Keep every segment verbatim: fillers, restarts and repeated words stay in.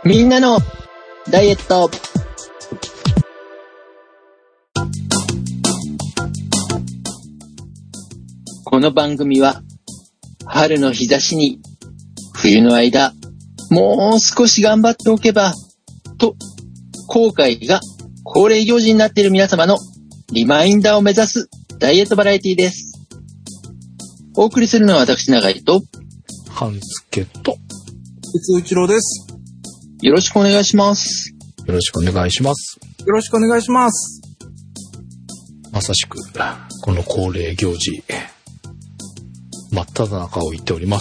みんなのダイエット。この番組は春の日差しに冬の間もう少し頑張っておけばと後悔が恒例行事になっている皆様のリマインダーを目指すダイエットバラエティです。お送りするのは私永井と半助と鉄内郎です。 よろしくお願いします。 よろしくお願いします。 よろしくお願いします。 まさしくこの恒例行事真っ只中を言っております。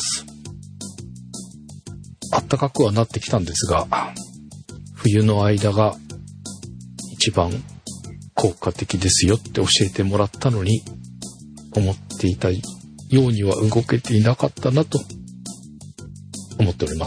暖かくはなってきたんですが、冬の間が一番効果的ですよって教えてもらったのに、思っていたようには動けていなかったなと思っております。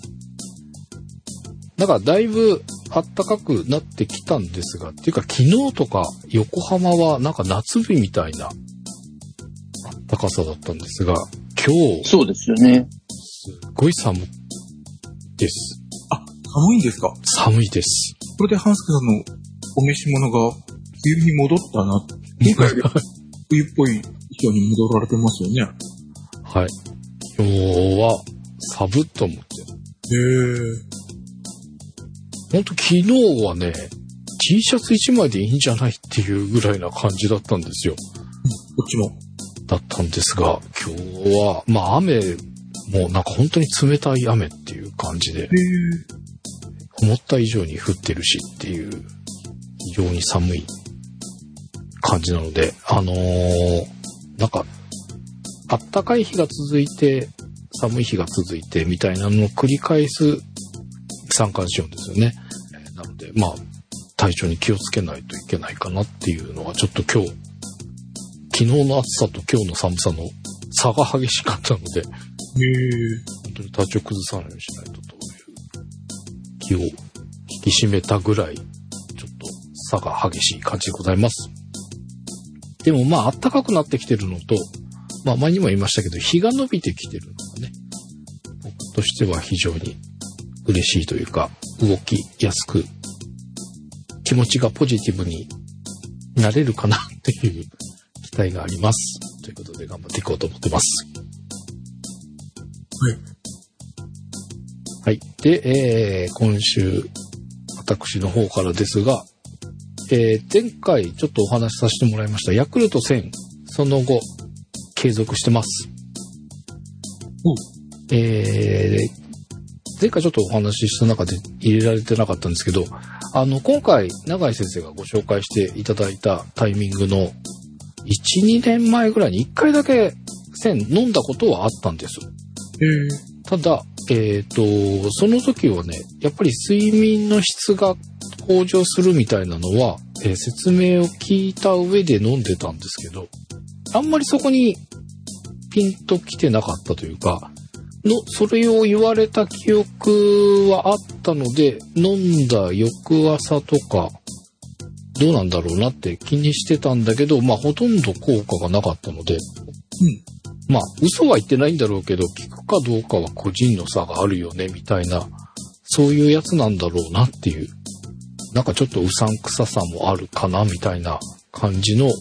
だからだいぶ暖かくなってきたんですが、っていうか昨日とか横浜はなんか夏日みたいな暖かさだったんですが、今日そうですよね。 すっごい寒いです。 あ、寒いんですか？ 寒いです。 これで半助さんのお召し物が冬に戻ったな。今回冬っぽい衣装に戻られてますよね。 はい。今日はサブっと思って。 へー。 ほんと昨日はね、T シャツいちまいでいいんじゃないっていうぐらいな感じだったんですよ。 こっちも。 だったんですが、今日は、まあ雨もなんか本当に冷たい雨っていう感じで、思った以上に降ってるしっていう、非常に寒い感じなので、あのー、なんか、あったかい日が続いて、寒い日が続いてみたいなのを繰り返す三寒四温ですよね。なので、まあ、体調に気をつけないといけないかなっていうのは、ちょっと今日、昨日の暑さと今日の寒さの差が激しかったので、 へー。 本当に体調崩さないようにしないとという気を引き締めたぐらい、ちょっと差が激しい感じでございます。でもまあ暖かくなってきてるのと、まあ前にも言いましたけど、日が伸びてきてるのがね、僕としては非常に嬉しいというか、動きやすく、気持ちがポジティブになれるかなっていう期待があります。ということで頑張っていこうと思ってます。 はい。 はい。で、えー、今週、私の方からですが、えー、前回ちょっとお話しさせてもらいました、ヤクルトせん、その後、継続してます。 うん。 えー、前回ちょっとお話しした中で入れられてなかったんですけど、あの、今回、永井先生がご紹介していただいたタイミングのいち、にねんまえぐらいにいっかいだけせん飲んだことはあったんです。 へー。 ただ、えっと、その時はね、やっぱり睡眠の質が向上するみたいなのは、えー、説明を聞いた上で飲んでたんですけど、あんまりそこにピンときてなかったというか、の、それを言われた記憶はあったので、飲んだ翌朝とか、どうなんだろうなって気にしてたんだけど、まあほとんど効果がなかったので、 うん。 まあ嘘は言ってないんだろうけど、効くかどうかは個人の差があるよね、みたいな、そういうやつなんだろうなっていう、なんかちょっとうさんくささもあるかな、みたいな感じの、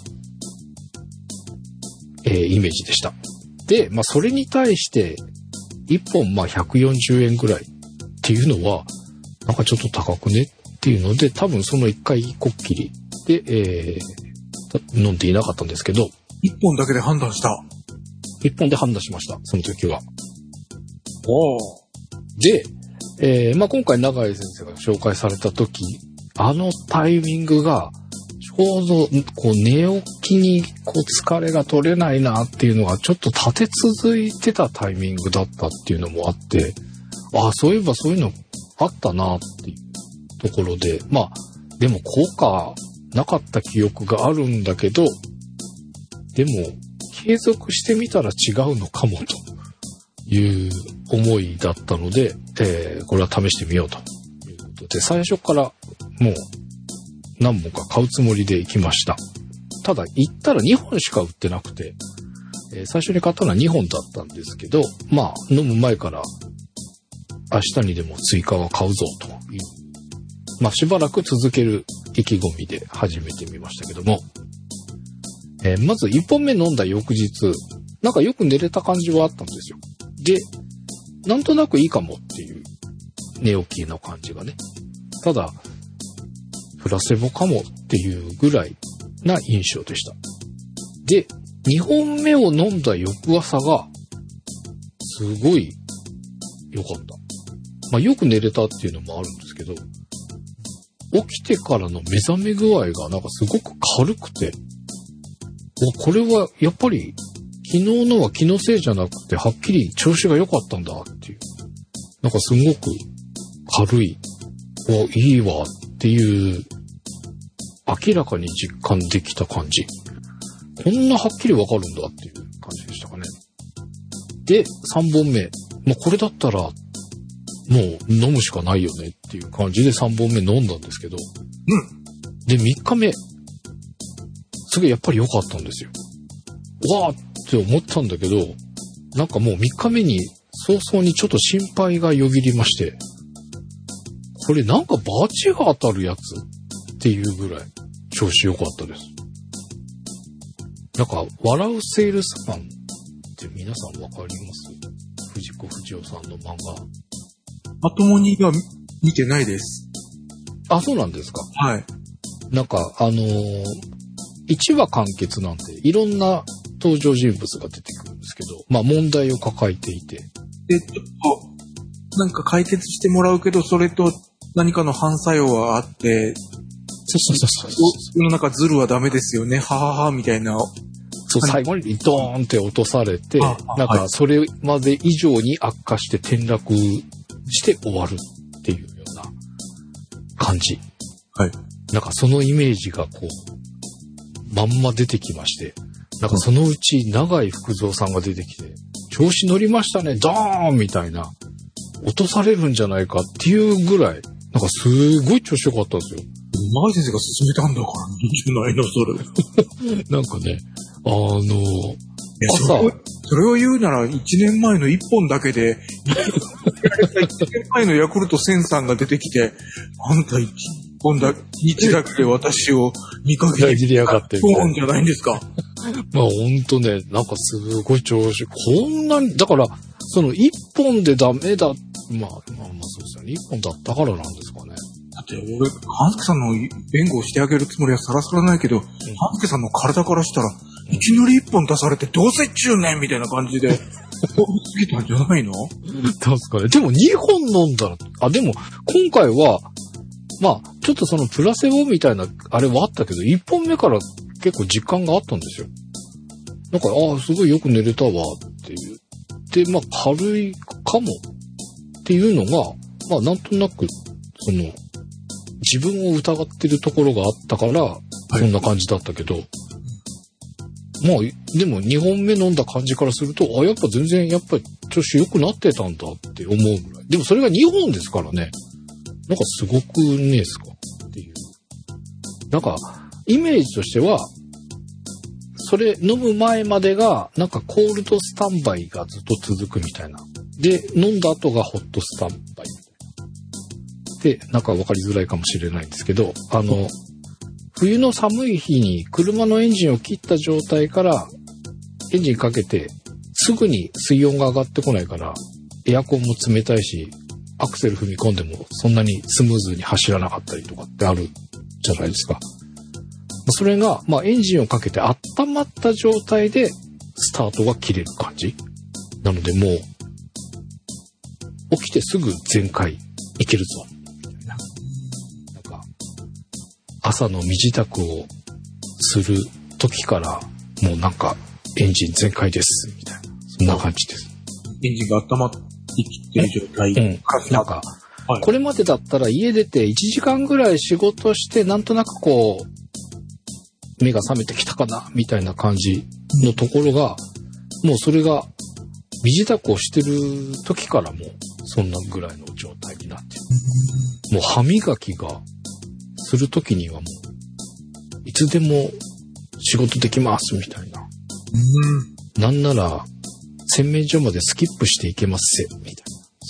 えー、イメージでした。で、まあそれに対して、いっぽんまあひゃくよんじゅうえんぐらいっていうのは、なんかちょっと高くねっていうので、多分そのいっかいこっきりで、えー、飲んでいなかったんですけど、 一本だけで判断した。 いっぽんで判断しました、その時は。 おー。 で、えー、まあ今回永井先生が紹介された時、あのタイミングが、ちょうどこう寝起きにこう疲れが取れないなっていうのがちょっと立て続いてたタイミングだったっていうのもあって、ああ、そういえばそういうのあったなっていうところで、まあでも効果なかった記憶があるんだけど、でも継続してみたら違うのかもという思いだったので、えー、これは試してみようということで、最初からもう何本か買うつもりで行きました。ただ行ったらにほんしか売ってなくて、えー、最初に買ったのはにほんだったんですけど、まあ飲む前から明日にでもスイカは買うぞという、まあしばらく続ける意気込みで始めてみましたけども、えー、まずいっぽんめ飲んだ翌日、なんかよく寝れた感じはあったんですよ。で、なんとなくいいかもっていう寝起きの感じがね。ただ、プラセボかもっていうぐらいな印象でした。で、にほんめを飲んだ翌朝が、すごい良かった。まあよく寝れたっていうのもあるんですけど、起きてからの目覚め具合がなんかすごく軽くて、これはやっぱり昨日のは気のせいじゃなくてはっきり調子が良かったんだっていう。なんかすごく軽い、お、いいわっていう明らかに実感できた感じ。こんなはっきりわかるんだっていう感じでしたかね。で、さんぼんめ。まあ、これだったらもう飲むしかないよねっていう感じでさんぼんめ飲んだんですけど。 うん。 で、みっかめ。すげえやっぱり良かったんですよ。わーって思ったんだけど、なんかもうみっかめに早々にちょっと心配がよぎりまして、これなんかバチが当たるやつっていうぐらい調子良かったです。なんか笑うセールスマンって皆さんわかります？藤子不二雄さんの漫画。 まともには見てないです。 あ、そうなんですか。 はい。 なんかあのー、いちわ完結なんでいろんな登場人物が出てくるんですけど、まあ問題を抱えていて。 で、ちょっと、なんか解決してもらうけど、それと何かの反作用はあって、 そうそうそうそう。 世の中ズルはダメですよね、ははは、みたいな。 そう、最後にドーンって落とされて、なんかそれまで以上に悪化して転落して終わるっていうような感じ。 はい。 なんかそのイメージがこう、まんま出てきまして、なんかそのうち永井福蔵さんが出てきて、調子乗りましたね、ドーンみたいな、落とされるんじゃないかっていうぐらい、なんかすごい調子良かったんですよ。 永井先生が勧めたんだからいいんじゃないの、それ。 なんかね、あの、朝それ、それを言うならいちねんまえのいっぽんだけで、いちねんまえのヤクルトせんさんが出てきて、あんたいっぽんだ、日だけで私を見かけて、 裏切りやがってみたいな。 そうじゃないんですか。 まあほんとね、なんかすごい調子、こんなに、だから、そのいっぽんでダメだ、まあ、まあまあそうですよね。いっぽんだったからなんですかね。 だって俺、半助さんの弁護をしてあげるつもりはさらさらないけど、うん、半助さんの体からしたら、いきなりいっぽん出されてどうせ中年みたいな感じで、過ぎたんじゃないの？ 確かに。でもにほん飲んだら、あ、でも今回は、まあ、ちょっとそのプラセボみたいなあれはあったけど、いっぽんめから結構実感があったんですよ。なんか、ああ、すごいよく寝れたわっていう。で、まあ、軽いかもっていうのが、まあ、なんとなく、その、自分を疑ってるところがあったから、そんな感じだったけど、はい、まあ、でもにほんめ飲んだ感じからすると、あ、やっぱ全然、やっぱり調子良くなってたんだって思うぐらい。でもそれがにほんですからね。なんかすごくねえすかっていう。なんか、イメージとしては、それ飲む前までが、なんかコールドスタンバイがずっと続くみたいな。で、飲んだ後がホットスタンバイみたいな。で、なんか分かりづらいかもしれないんですけど、あの、冬の寒い日に車のエンジンを切った状態からエンジンかけてすぐに水温が上がってこないからエアコンも冷たいしアクセル踏み込んでもそんなにスムーズに走らなかったりとかってあるじゃないですか。それが、まあ、エンジンをかけて温まった状態でスタートが切れる感じなので、もう起きてすぐ全開いけるぞ。なんか朝の身支度をする時からもうなんかエンジン全開ですみたいな、そんな感じです。 エンジンが温まってきてる状態、 うん、なんか、はい、これまでだったら家出ていちじかんぐらい仕事してなんとなくこう目が覚めてきたかなみたいな感じのところが、もうそれが身支度をしてる時からもうそんなぐらいの状態になってる。もう歯磨きがする時にはもういつでも仕事できますみたいな。なんなら洗面所までスキップしていけますせみたいな、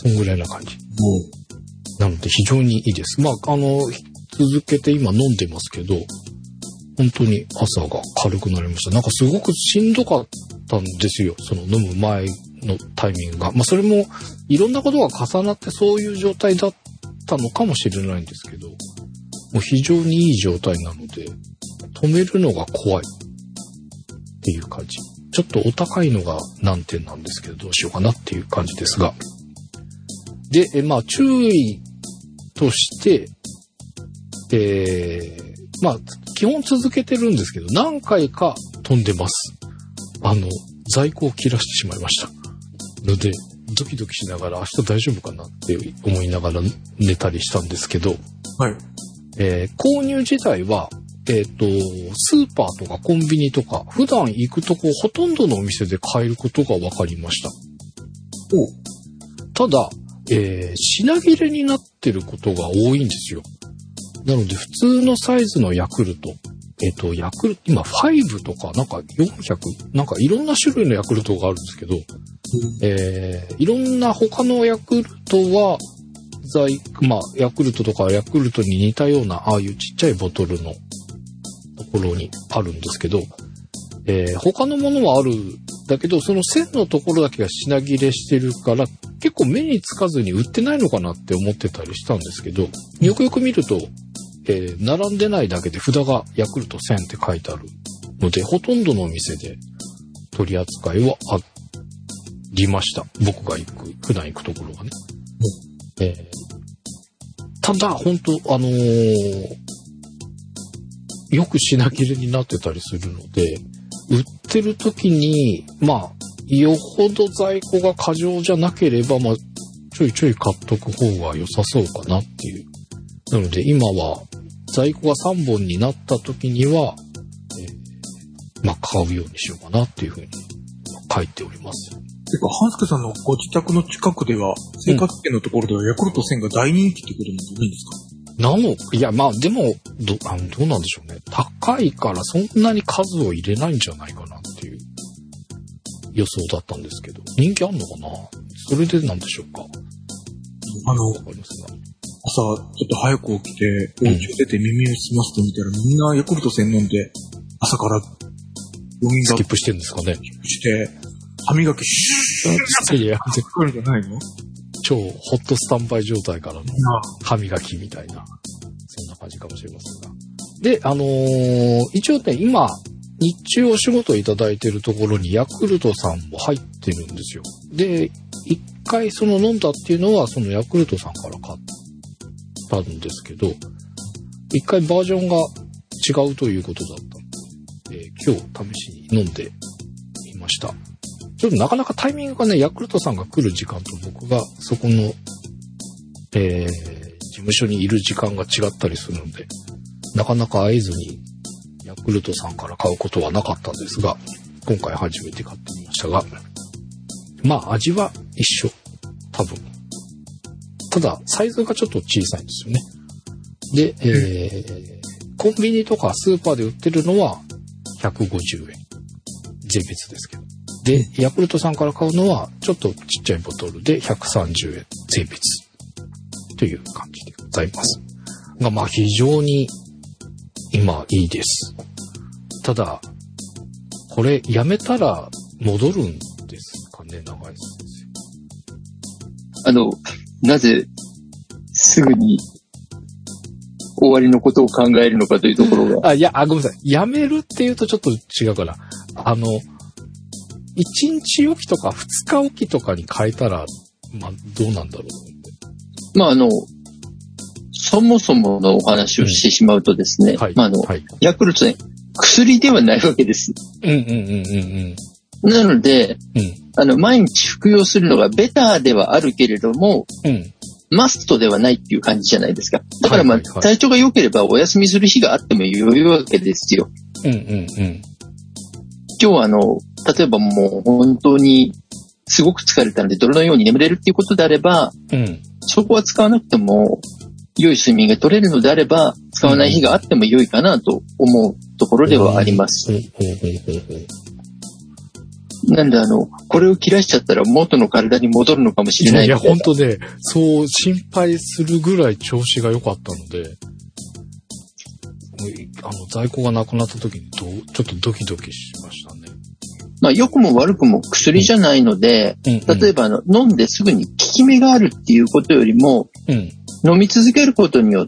そんぐらいな感じ。 もなので非常にいいです。まあ、あの、続けて今飲んでますけど、本当に朝が軽くなりました。なんかすごくしんどかったんですよ。その飲む前のタイミングが。まあそれもいろんなことが重なってそういう状態だったのかもしれないんですけど、もう非常にいい状態なので、止めるのが怖いっていう感じ。ちょっとお高いのが難点なんですけど、どうしようかなっていう感じですが。で、えまあ注意として、えー、まあ基本続けてるんですけど、何回か飛んでます。あの、在庫を切らしてしまいました。ので、ドキドキしながら明日大丈夫かなって思いながら寝たりしたんですけど、 はい。 えー、購入自体は、えっと、スーパーとかコンビニとか、普段行くとこほとんどのお店で買えることが分かりました。 おただ、えー、品切れになってることが多いんですよ。なので、普通のサイズのヤクルト、えっと、ヤクルト、今、ファイブとか、なんかよんひゃく、なんかいろんな種類のヤクルトがあるんですけど、えー、いろんな他のヤクルトは、在、まあ、ヤクルトとかヤクルトに似たような、ああいうちっちゃいボトルのところにあるんですけど、えー、他のものはあるんだけど、その線のところだけが品切れしてるから、結構目につかずに売ってないのかなって思ってたりしたんですけど、よくよく見ると、えー、並んでないだけで札がヤクルトせんって書いてあるので、ほとんどのお店で取り扱いはありました。僕が行く、普段行くところがね。うんえー、ただ、本当あのー、よく品切れになってたりするので、売ってる時に、まあ、よほど在庫が過剰じゃなければ、まあ、ちょいちょい買っとく方が良さそうかなっていう。なので今は在庫がさんぼんになった時には、えー、まあ買うようにしようかなっていうふうに書いております。 てか、半助さんのご自宅の近くでは、生活圏のところではヤクルトせんが大人気ってことなんじゃないですか？ なのいや、まあでもどあの、どうなんでしょうね。高いからそんなに数を入れないんじゃないかなっていう予想だったんですけど、人気あんのかな？それでなんでしょうか？ あの、 わかりますか？ 朝、ちょっと早く起きて、お家を出て耳を澄ませてみたら、うん、みんなヤクルトせん飲んで、朝から、 海がスキップしてんですかね。 して、歯磨きシューッいや、 ってくるんじゃないの？ 超ホットスタンバイ状態からの歯磨きみたいな、そんな感じかもしれませんが。で、あのー、一応ね、今、日中お仕事いただいてるところにヤクルトさんも入ってるんですよ。で、一回その飲んだっていうのは、そのヤクルトさんから買ったんですけど、一回バージョンが違うということだったので、えー、今日試しに飲んでみました。ちょっとなかなかタイミングがね、ヤクルトさんが来る時間と僕がそこの、えー、事務所にいる時間が違ったりするので、なかなか会えずにヤクルトさんから買うことはなかったんですが、今回初めて買ってみましたが、まあ味は一緒。多分。ただ、サイズがちょっと小さいんですよね。で、えー、コンビニとかスーパーで売ってるのはひゃくごじゅうえん。税別ですけど。で、ヤクルトさんから買うのはちょっとちっちゃいボトルでひゃくさんじゅうえん税別という感じでございます。が、まあ非常に今いいです。ただ、これやめたら戻るんですかね、長井先生。あの、なぜすぐに終わりのことを考えるのかというところが。 あ、いや、あ、ごめんなさい。やめるっていうとちょっと違うから。あの、いちにちおきとかふつかおきとかに変えたら、まあ、どうなんだろう。 まあ、あの、そもそものお話をしてしまうとですね、うん、はい、まあ、あの、はい、ヤクルトね、薬ではないわけです。 うんうんうんうんうん。なので、うん、あの、毎日服用するのがベターではあるけれども、うん、マストではないっていう感じじゃないですか。だからまあ、はいはいはい、体調が良ければお休みする日があっても良いわけですよ。 うんうんうん。 今日はあの、例えばもう本当にすごく疲れたので泥のように眠れるっていうことであれば、うん、そこは使わなくても良い睡眠が取れるのであれば、使わない日があっても良いかなと思うところではあります。 なんであの、これを切らしちゃったら元の体に戻るのかもしれない。 いや、本当ね、そう心配するぐらい調子が良かったので、あの、在庫がなくなった時にどうちょっとドキドキしましたね。 まあ、良くも悪くも薬じゃないので、うんうん、例えばあの、飲んですぐに効き目があるっていうことよりも、うん、飲み続けることによって、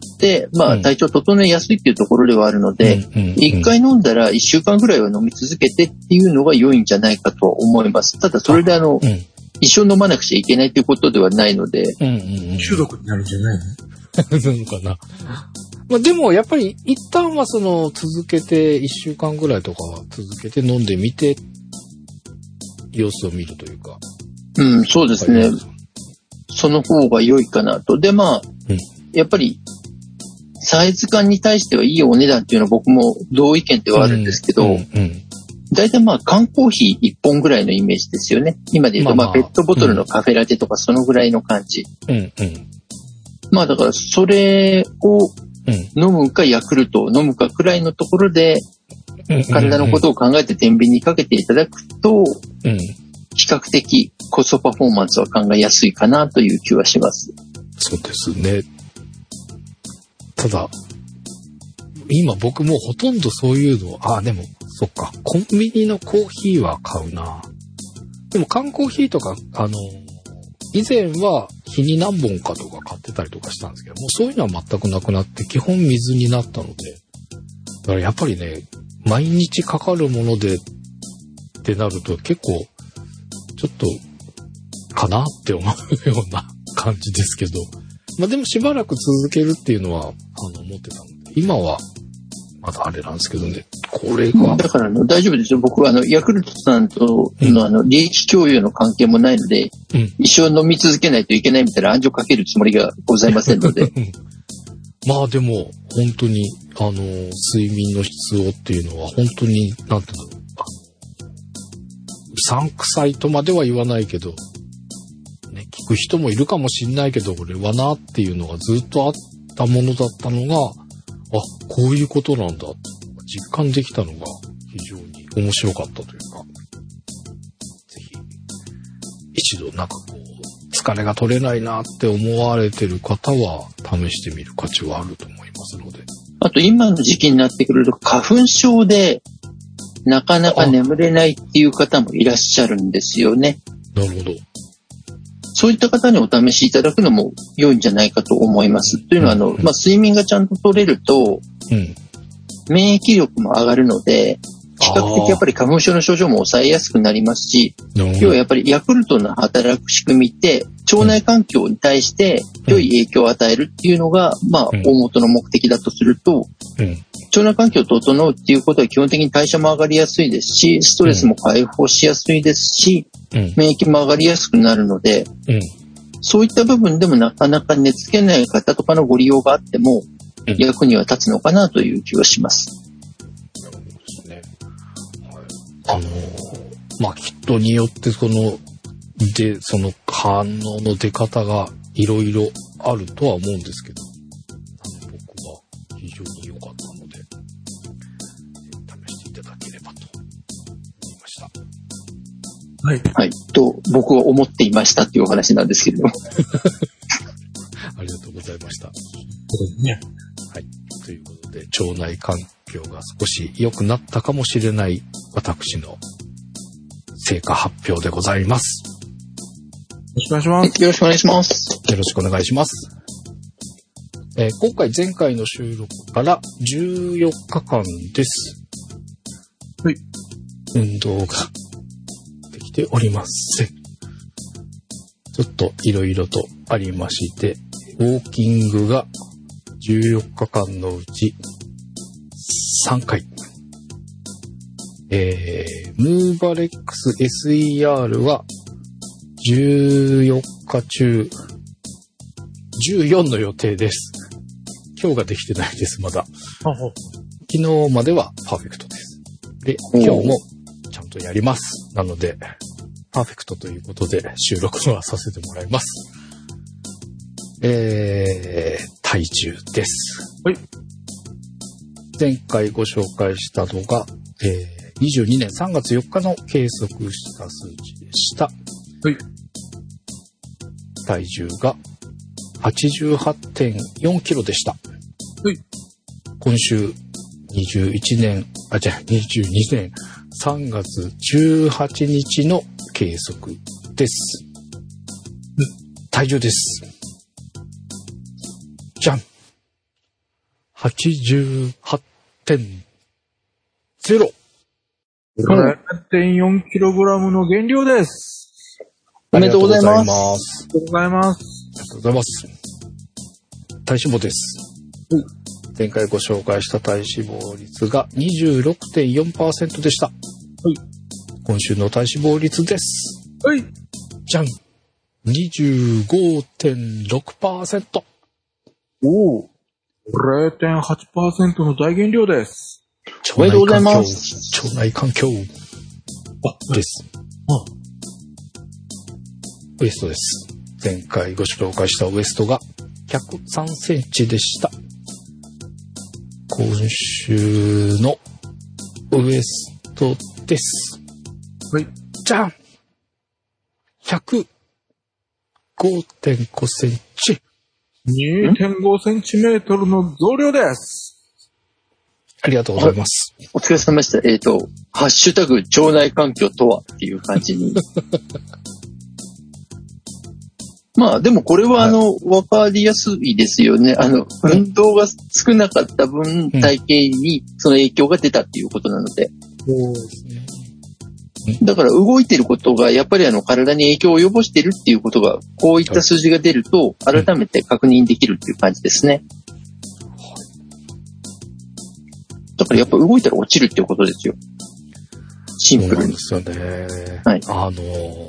まあ、体調整えやすいっていうところではあるので、一、うん、回飲んだら一週間ぐらいは飲み続けてっていうのが良いんじゃないかとは思います。ただ、それであの、あうん、一生飲まなくちゃいけないということではないので、 うんうんうん、中毒になるんじゃないのなのかな。まあ、でも、やっぱり一旦はその、続けて、一週間ぐらいとかは続けて飲んでみて、様子を見るというか。 うん、そうですね。その方が良いかなと。で、まあ、うん、やっぱり、サイズ感に対してはいいお値段っていうのは僕も同意見ではあるんですけど、大体、うんうん、まあ、缶コーヒーいっぽんぐらいのイメージですよね。今で言うと、まあ、まあ、ペットボトルのカフェラテとかそのぐらいの感じ。うんうん、まあ、だから、それを飲むかヤクルトを飲むかくらいのところで、体のことを考えて天秤にかけていただくと、うん、比較的コストパフォーマンスは考えやすいかなという気はします。 そうですね。ただ、今僕もほとんどそういうのを、あ、でも、そっか、コンビニのコーヒーは買うな。でも缶コーヒーとか、あの、以前は日に何本かとか買ってたりとかしたんですけど、もうそういうのは全くなくなって、基本水になったので、だからやっぱりね、毎日かかるものでってなると結構ちょっとかなって思うような感じですけど、まあでもしばらく続けるっていうのはあの思ってたので、今はまだあれなんですけどね、これがだからあの大丈夫ですよ。僕はあのヤクルトさんとのあの利益共有の関係もないので、うん、一生飲み続けないといけないみたいな暗示をかけるつもりがございませんので。 まあでも本当にあの睡眠の質をっていうのは本当になんていうの、うさんくさいとまでは言わないけど、ね、聞く人もいるかもしれないけど、俺はなっていうのがずっとあったものだったのが、あ、こういうことなんだって実感できたのが非常に面白かったというか、ぜひ一度なんかこう疲れが取れないなって思われてる方は試してみる価値はあると思いますので。 あと今の時期になってくると花粉症でなかなか眠れないっていう方もいらっしゃるんですよね。 なるほど。 そういった方にお試しいただくのも良いんじゃないかと思います。というのはあの、うんうん、まあ、睡眠がちゃんと取れると、うん、免疫力も上がるので、比較的やっぱり花粉症の症状も抑えやすくなりますし、要はやっぱりヤクルトの働く仕組みって腸内環境に対して良い影響を与えるっていうのが、まあ大元の目的だとすると、腸内環境を整うっていうことは基本的に代謝も上がりやすいですし、ストレスも解放しやすいですし、免疫も上がりやすくなるので、そういった部分でもなかなか寝つけない方とかのご利用があっても役には立つのかなという気はします。 あのー、まあ、きっとによってその、で、その反応の出方がいろいろあるとは思うんですけど、あの僕は非常に良かったので、試していただければと思いました。 はい。はい。と、僕は思っていましたっていうお話なんですけれども。 ありがとうございました。 ね。 はい。ということで、腸内環境が少し良くなったかもしれない私の成果発表でございます。 よろしくお願いします。 よろしくお願いします。 よろしくお願いします。えー、今回前回の収録からじゅうよっかかんです。 はい。 運動ができておりません。ちょっといろいろとありまして、ウォーキングがじゅうよっかかんのうちさんかい。えー、ムーバレックス エスイーアール はじゅうよっか中じゅうよんの予定です。今日ができてないです、まだ。昨日まではパーフェクトです。で、今日もちゃんとやります。なので、パーフェクトということで収録はさせてもらいます。えー、体重です。 はい。 前回ご紹介したのが、えーにじゅうにねんさんがつよっかの計測した数値でした。 はい。 体重が はちじゅうはちてんよんキロでした。 はい。 今週にじゅういちねん、あ、じゃあにじゅうにねんさんがつじゅうはちにちの計測です。体重です。じゃん !はちじゅうはちてんゼロ。 はちてんよんキログラムの減量です。 おめでとうございます。 ありがとうございます。 ありがとうございます。体脂肪です。 うん、 前回ご紹介した体脂肪率が にじゅうろくてんよんパーセント でした。はい。今週の体脂肪率です。 はい。 じゃん !にじゅうごてんろくパーセント。 おお。れいてんはちパーセント の大減量です。 おめでとうございます。 腸内環境。あ、です。あ。ウエストです。前回ご紹介したウエストがひゃくさんセンチでした。今週のウエストです。 はい。 じゃん !ひゃくごてんごセンチ。 にてんごセンチメートルの増量です。 ありがとうございます。 お疲れ様でした。えっと、ハッシュタグ腸内環境とはっていう感じに。まあでもこれはあの、わ、はい、かりやすいですよね。あの、運動が少なかった分、体型にその影響が出たっていうことなので。 そうですね。 だから動いてることがやっぱりあの体に影響を及ぼしてるっていうことがこういった数字が出ると改めて確認できるっていう感じですね。だからやっぱ動いたら落ちるっていうことですよ。シンプルに。 そうなんですよね。 はい。 あのー、ちょ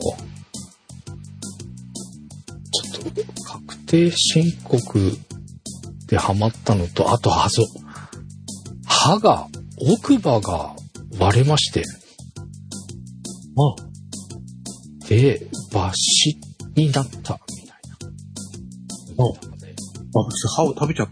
っと確定申告でハマったのと、あと歯ぞ歯が奥歯が割れまして。あで、抜歯になったみたいな。あ、 私歯を食べちゃった。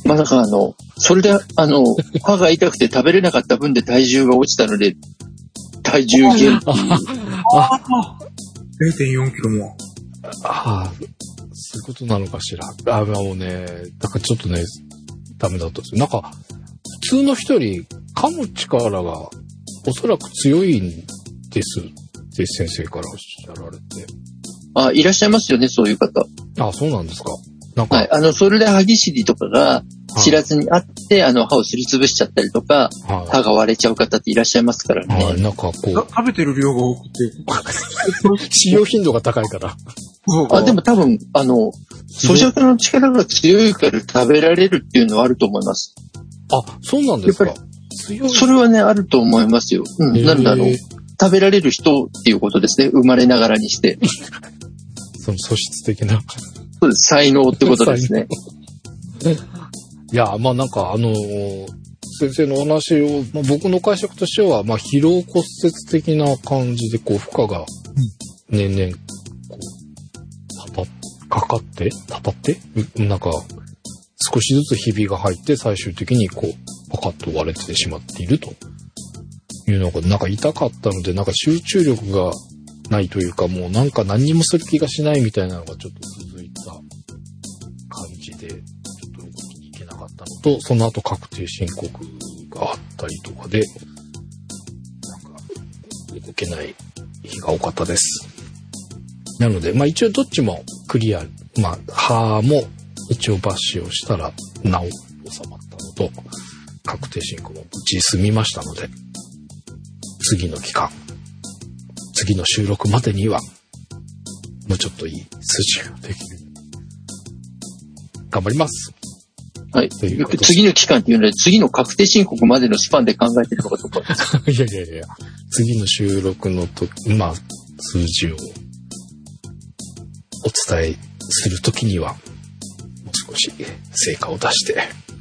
まさかあの、それであの、歯が痛くて食べれなかった分で体重が落ちたので、体重減。 ああ れいてんよんキロも。 ああ、そういうことなのかしら。あもうね、だからちょっとね、ダメだったんですよ。なんか、普通の人より噛む力が、おそらく強いんですって先生からおっしゃられて。 あ、いらっしゃいますよね、そういう方。 あ、そうなんですか。なんか。 はい。あの、それで歯ぎしりとかが知らずにあって、はい、あの、歯をすりつぶしちゃったりとか、はい、歯が割れちゃう方っていらっしゃいますからね。 はい、なんかこう。 食べてる量が多くて。 使用頻度が高いから。 あ、でも多分、あの、咀嚼の力が強いから食べられるっていうのはあると思います。 あ、そうなんですか。 強い。それはね、あると思いますよ。うん。なんだろう。食べられる人っていうことですね。生まれながらにして。 その素質的な。 そうです。才能ってことですね。 いや、まあなんかあのー、先生のお話を、まあ、僕の解釈としては、まあ疲労骨折的な感じで、こう、負荷が年々、こう、たた、かかって、たたって、なんか、少しずつひびが入って最終的にこうパカッと割れてしまっているというのがなんか痛かったので、なんか集中力がないというか、もうなんか何にもする気がしないみたいなのがちょっと続いた感じで、ちょっと動きに行けなかったのと、その後確定申告があったりとかで、なんか動けない日が多かったです。なので、まあ一応どっちもクリア、まあ歯も一応抜歯をしたらなお収まったのと、確定申告も無事済みましたので、次の期間、次の収録までにはもうちょっといい数字ができる。頑張ります。 はい。という次の期間っていうのは次の確定申告までのスパンで考えてるのかとか。 いやいやいや、次の収録のとまあ数字をお伝えするときにはもう少し成果を出して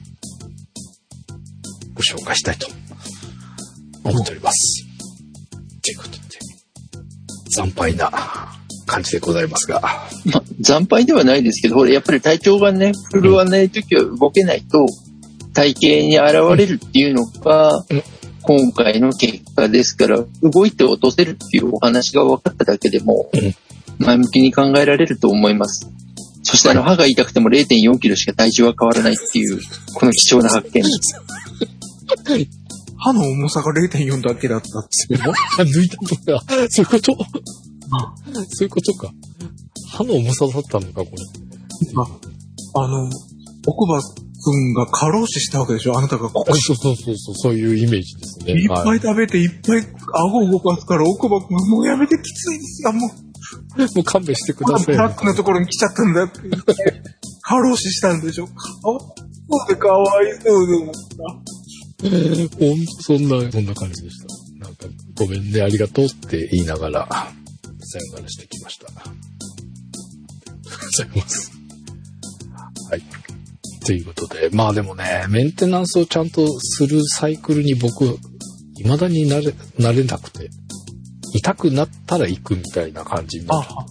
ご紹介したいと思っております。ということで惨敗な感じでございますが、 まあ、惨敗ではないですけど、やっぱり体調がね振るわないときは動けないと体型に現れるっていうのが、うん、 今回の結果ですから、動いて落とせるっていうお話が分かっただけでも、前向きに考えられると思います。そしてあの、歯が痛くても れいてんよんキロしか体重は変わらないっていう、この貴重な発見です。 歯の重さが れいてんよん だけだったっていうの？ 抜いたとか、そういうことそういうことか。歯の重さだったのか、これ。 あ、あの、奥歯くんが過労死したわけでしょ？あなたがここ。 そうそうそうそう、そういうイメージですね。 いっぱい食べて、いっぱい顎を動かすから、奥歯くんがもうやめてきついですよ、もう。 もう勘弁してください。 ブラックのところに来ちゃったんだって言って、過労死したんでしょ？かわいそうでかわいそうでもさ。 ほんと、そんな、そんな感じでした。なんか、ごめんね、ありがとうって言いながら、さよならしてきました。ありがとうございます。はい。ということで、まあでもね、メンテナンスをちゃんとするサイクルに僕、未だになれ、なれなくて、痛くなったら行くみたいな感じになる。 はい。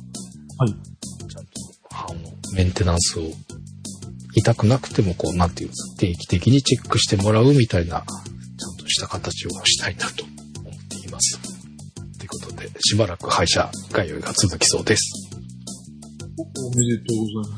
ちゃんと歯のメンテナンスを、痛くなくてもこう、なんていうんですか、定期的にチェックしてもらうみたいな、ちゃんとした形をしたいなと思っています。ということで、しばらく歯医者通いが続きそうです。 おめでとうございます。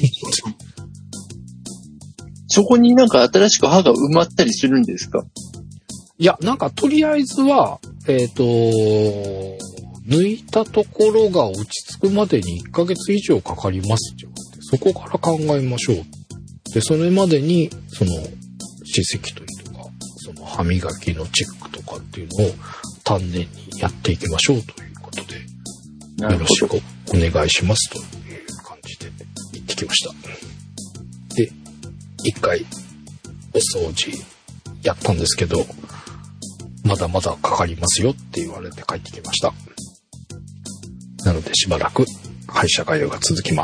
そこになんか新しく歯が埋まったりするんですか？ いや、なんかとりあえずは、えっと、抜いたところが落ち着くまでにいっかげつ以上かかりますって言われて、そこから考えましょう。で、それまでに、その、歯石取りとか、その歯磨きのチェックとかっていうのを丹念にやっていきましょうということで、よろしくお願いしますという感じで行ってきました。で、一回お掃除やったんですけど、まだまだかかりますよって言われて帰ってきました。なのでしばらく歯医者通いが続きます。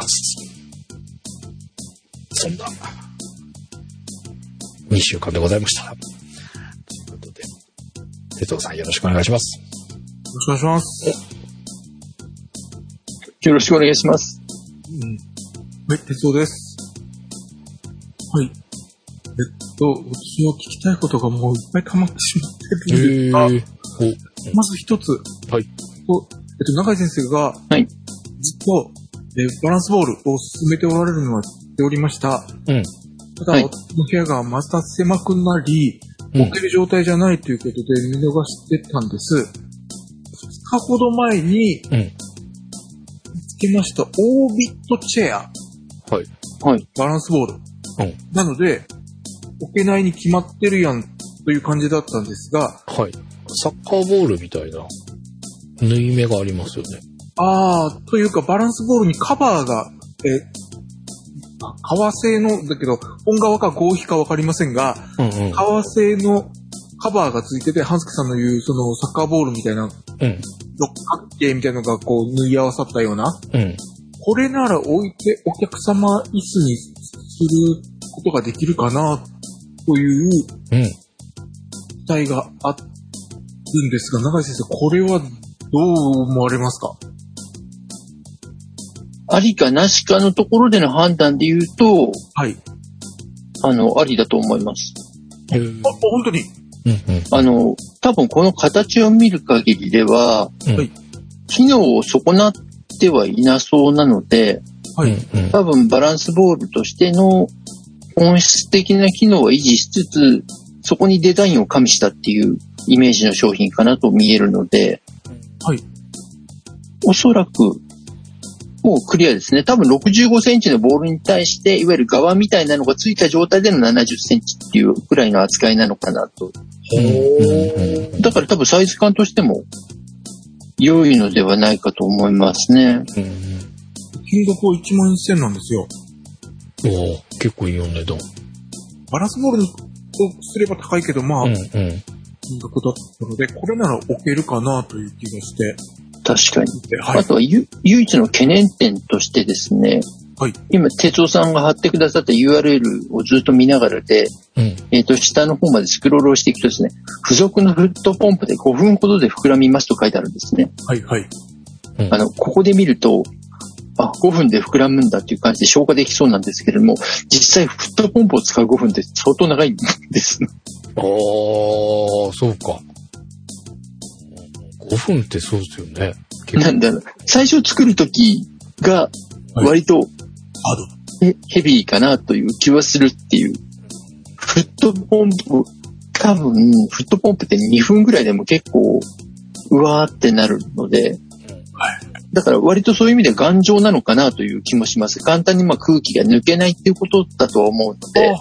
そんなにしゅうかんでございました。ということで、哲夫さんよろしくお願いします。 よろしくお願いします。 よろしくお願いします。 うん。はい、哲夫です。はい。えっと、私は聞きたいことがもういっぱい溜まってしまってるんですが、えー、まず一つ。 はい。 とえっと、中井先生が、 はい。 ずっと、えー、バランスボールを進めておられるのは知っておりました。 うん。 ただ、はい、私の部屋がまた狭くなり、置ける状態じゃないということで見逃してたんです。ふつかほど前に、うん、見つけましたオービットチェア。 はい。 はい。 バランスボール。 うん。 なので、置けないに決まってるやんという感じだったんですが。 はい。サッカーボールみたいな縫い目がありますよね。 ああ、というかバランスボールにカバーが、え、革製の、だけど、本革か合皮かわかりませんが、うんうん、革製のカバーがついてて、半助さんの言う、そのサッカーボールみたいな、うん、六角形みたいなのがこう縫い合わさったような、うん、これなら置いてお客様椅子にすることができるかな、という、期待があるんですが、永井先生、これはどう思われますか？ ありかなしかのところでの判断で言うと、 はい。 あの、ありだと思います。 あ、本当に？ あの、多分この形を見る限りでは、 はい。 機能を損なってはいなそうなので、 はい。 多分バランスボールとしての本質的な機能は維持しつつ、そこにデザインを加味したっていうイメージの商品かなと見えるので、 はい。 おそらく、もうクリアですね。多分ろくじゅうごセンチのボールに対して、いわゆる側みたいなのがついた状態でのななじゅっセンチっていうくらいの扱いなのかなと。だから多分サイズ感としても良いのではないかと思いますね。 金額はいちまんせんなんですよ。 おー、結構いいお値段。 バランスボールとすれば高いけど、まあ、 うんうん、 金額だったので、これなら置けるかなという気がして。 確かに。 はい、 あとはゆ唯一の懸念点としてですね、 はい、 今、哲夫さんが貼ってくださった ユーアールエル をずっと見ながらで、 うん、 えっと、下の方までスクロールをしていくとですね、付属のフットポンプでごふんほどで膨らみますと書いてあるんですね。 はいはい。 うん、あの、ここで見ると、あ、ごふんで膨らむんだっていう感じで消化できそうなんですけれども、実際フットポンプを使うごふんって相当長いんです。 ああ、そうか。ごふんってそうですよね。 なんだろう。最初作るときが割とヘヘビーかなという気はするっていう。フットポンプ、多分、フットポンプってにふんぐらいでも結構、うわーってなるので、だから割とそういう意味で頑丈なのかなという気もします。簡単にまあ空気が抜けないっていうことだとは思うので、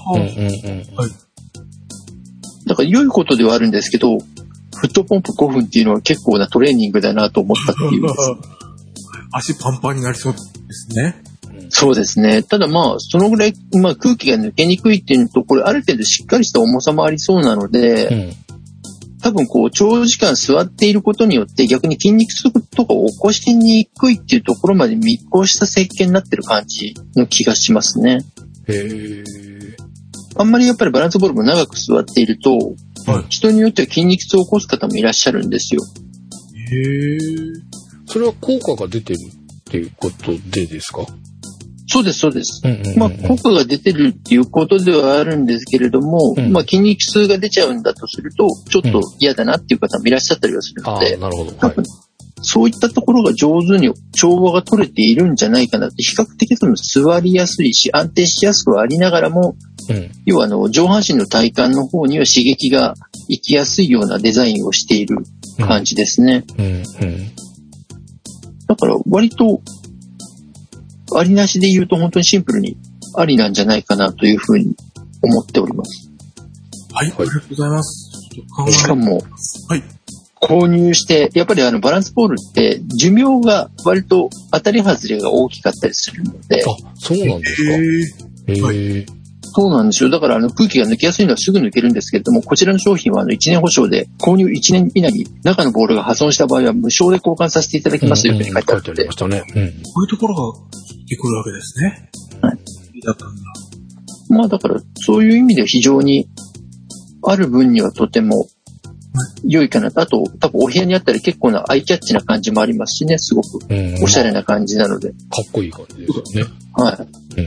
だから良いことではあるんですけど、フットポンプごふんっていうのは結構なトレーニングだなと思ったっていう。 足パンパンになりそうですね。 そうですね。ただまあ、そのぐらい、まあ空気が抜けにくいっていうのと、これある程度しっかりした重さもありそうなので、うん、多分こう、長時間座っていることによって逆に筋肉痛とかを起こしにくいっていうところまで密航した設計になってる感じの気がしますね。 へー。 あんまりやっぱりバランスボールも長く座っていると、はい、人によっては筋肉痛を起こす方もいらっしゃるんですよ。 へー。それは効果が出てるっていうことでですか？ そうです、そうです。うんうんうんうん、まあ、効果が出てるっていうことではあるんですけれども、うん、まあ、筋肉痛が出ちゃうんだとすると、ちょっと嫌だなっていう方もいらっしゃったりはするので、 うん、あ、なるほど。 多分、はい、そういったところが上手に調和が取れているんじゃないかなって、比較的その座りやすいし、安定しやすくはありながらも、うん、要はあの、上半身の体幹の方には刺激が行きやすいようなデザインをしている感じですね。うんうんうん、だから、割と、ありなしで言うと本当にシンプルにありなんじゃないかなというふうに思っております。 はい、ありがとうございます。 しかも、 はい、 購入して、やっぱりあのバランスボールって寿命が割と当たり外れが大きかったりするので。 あ、そうなんですか。へー。 はい、そうなんですよ。だからあの空気が抜けやすいのはすぐ抜けるんですけれども、こちらの商品はあのいちねん保証で購入いちねん以内に中のボールが破損した場合は無償で交換させていただきますというふうに書いてあるので。 書いてありましたね。うん、 こういうところが出てくるわけですね。はい。だったんだ。 まあだからそういう意味で非常にある分にはとても良いかなと。あと多分お部屋にあったり結構なアイキャッチな感じもありますしね、すごくおしゃれな感じなので。かっこいい感じですよね。 はい。うん、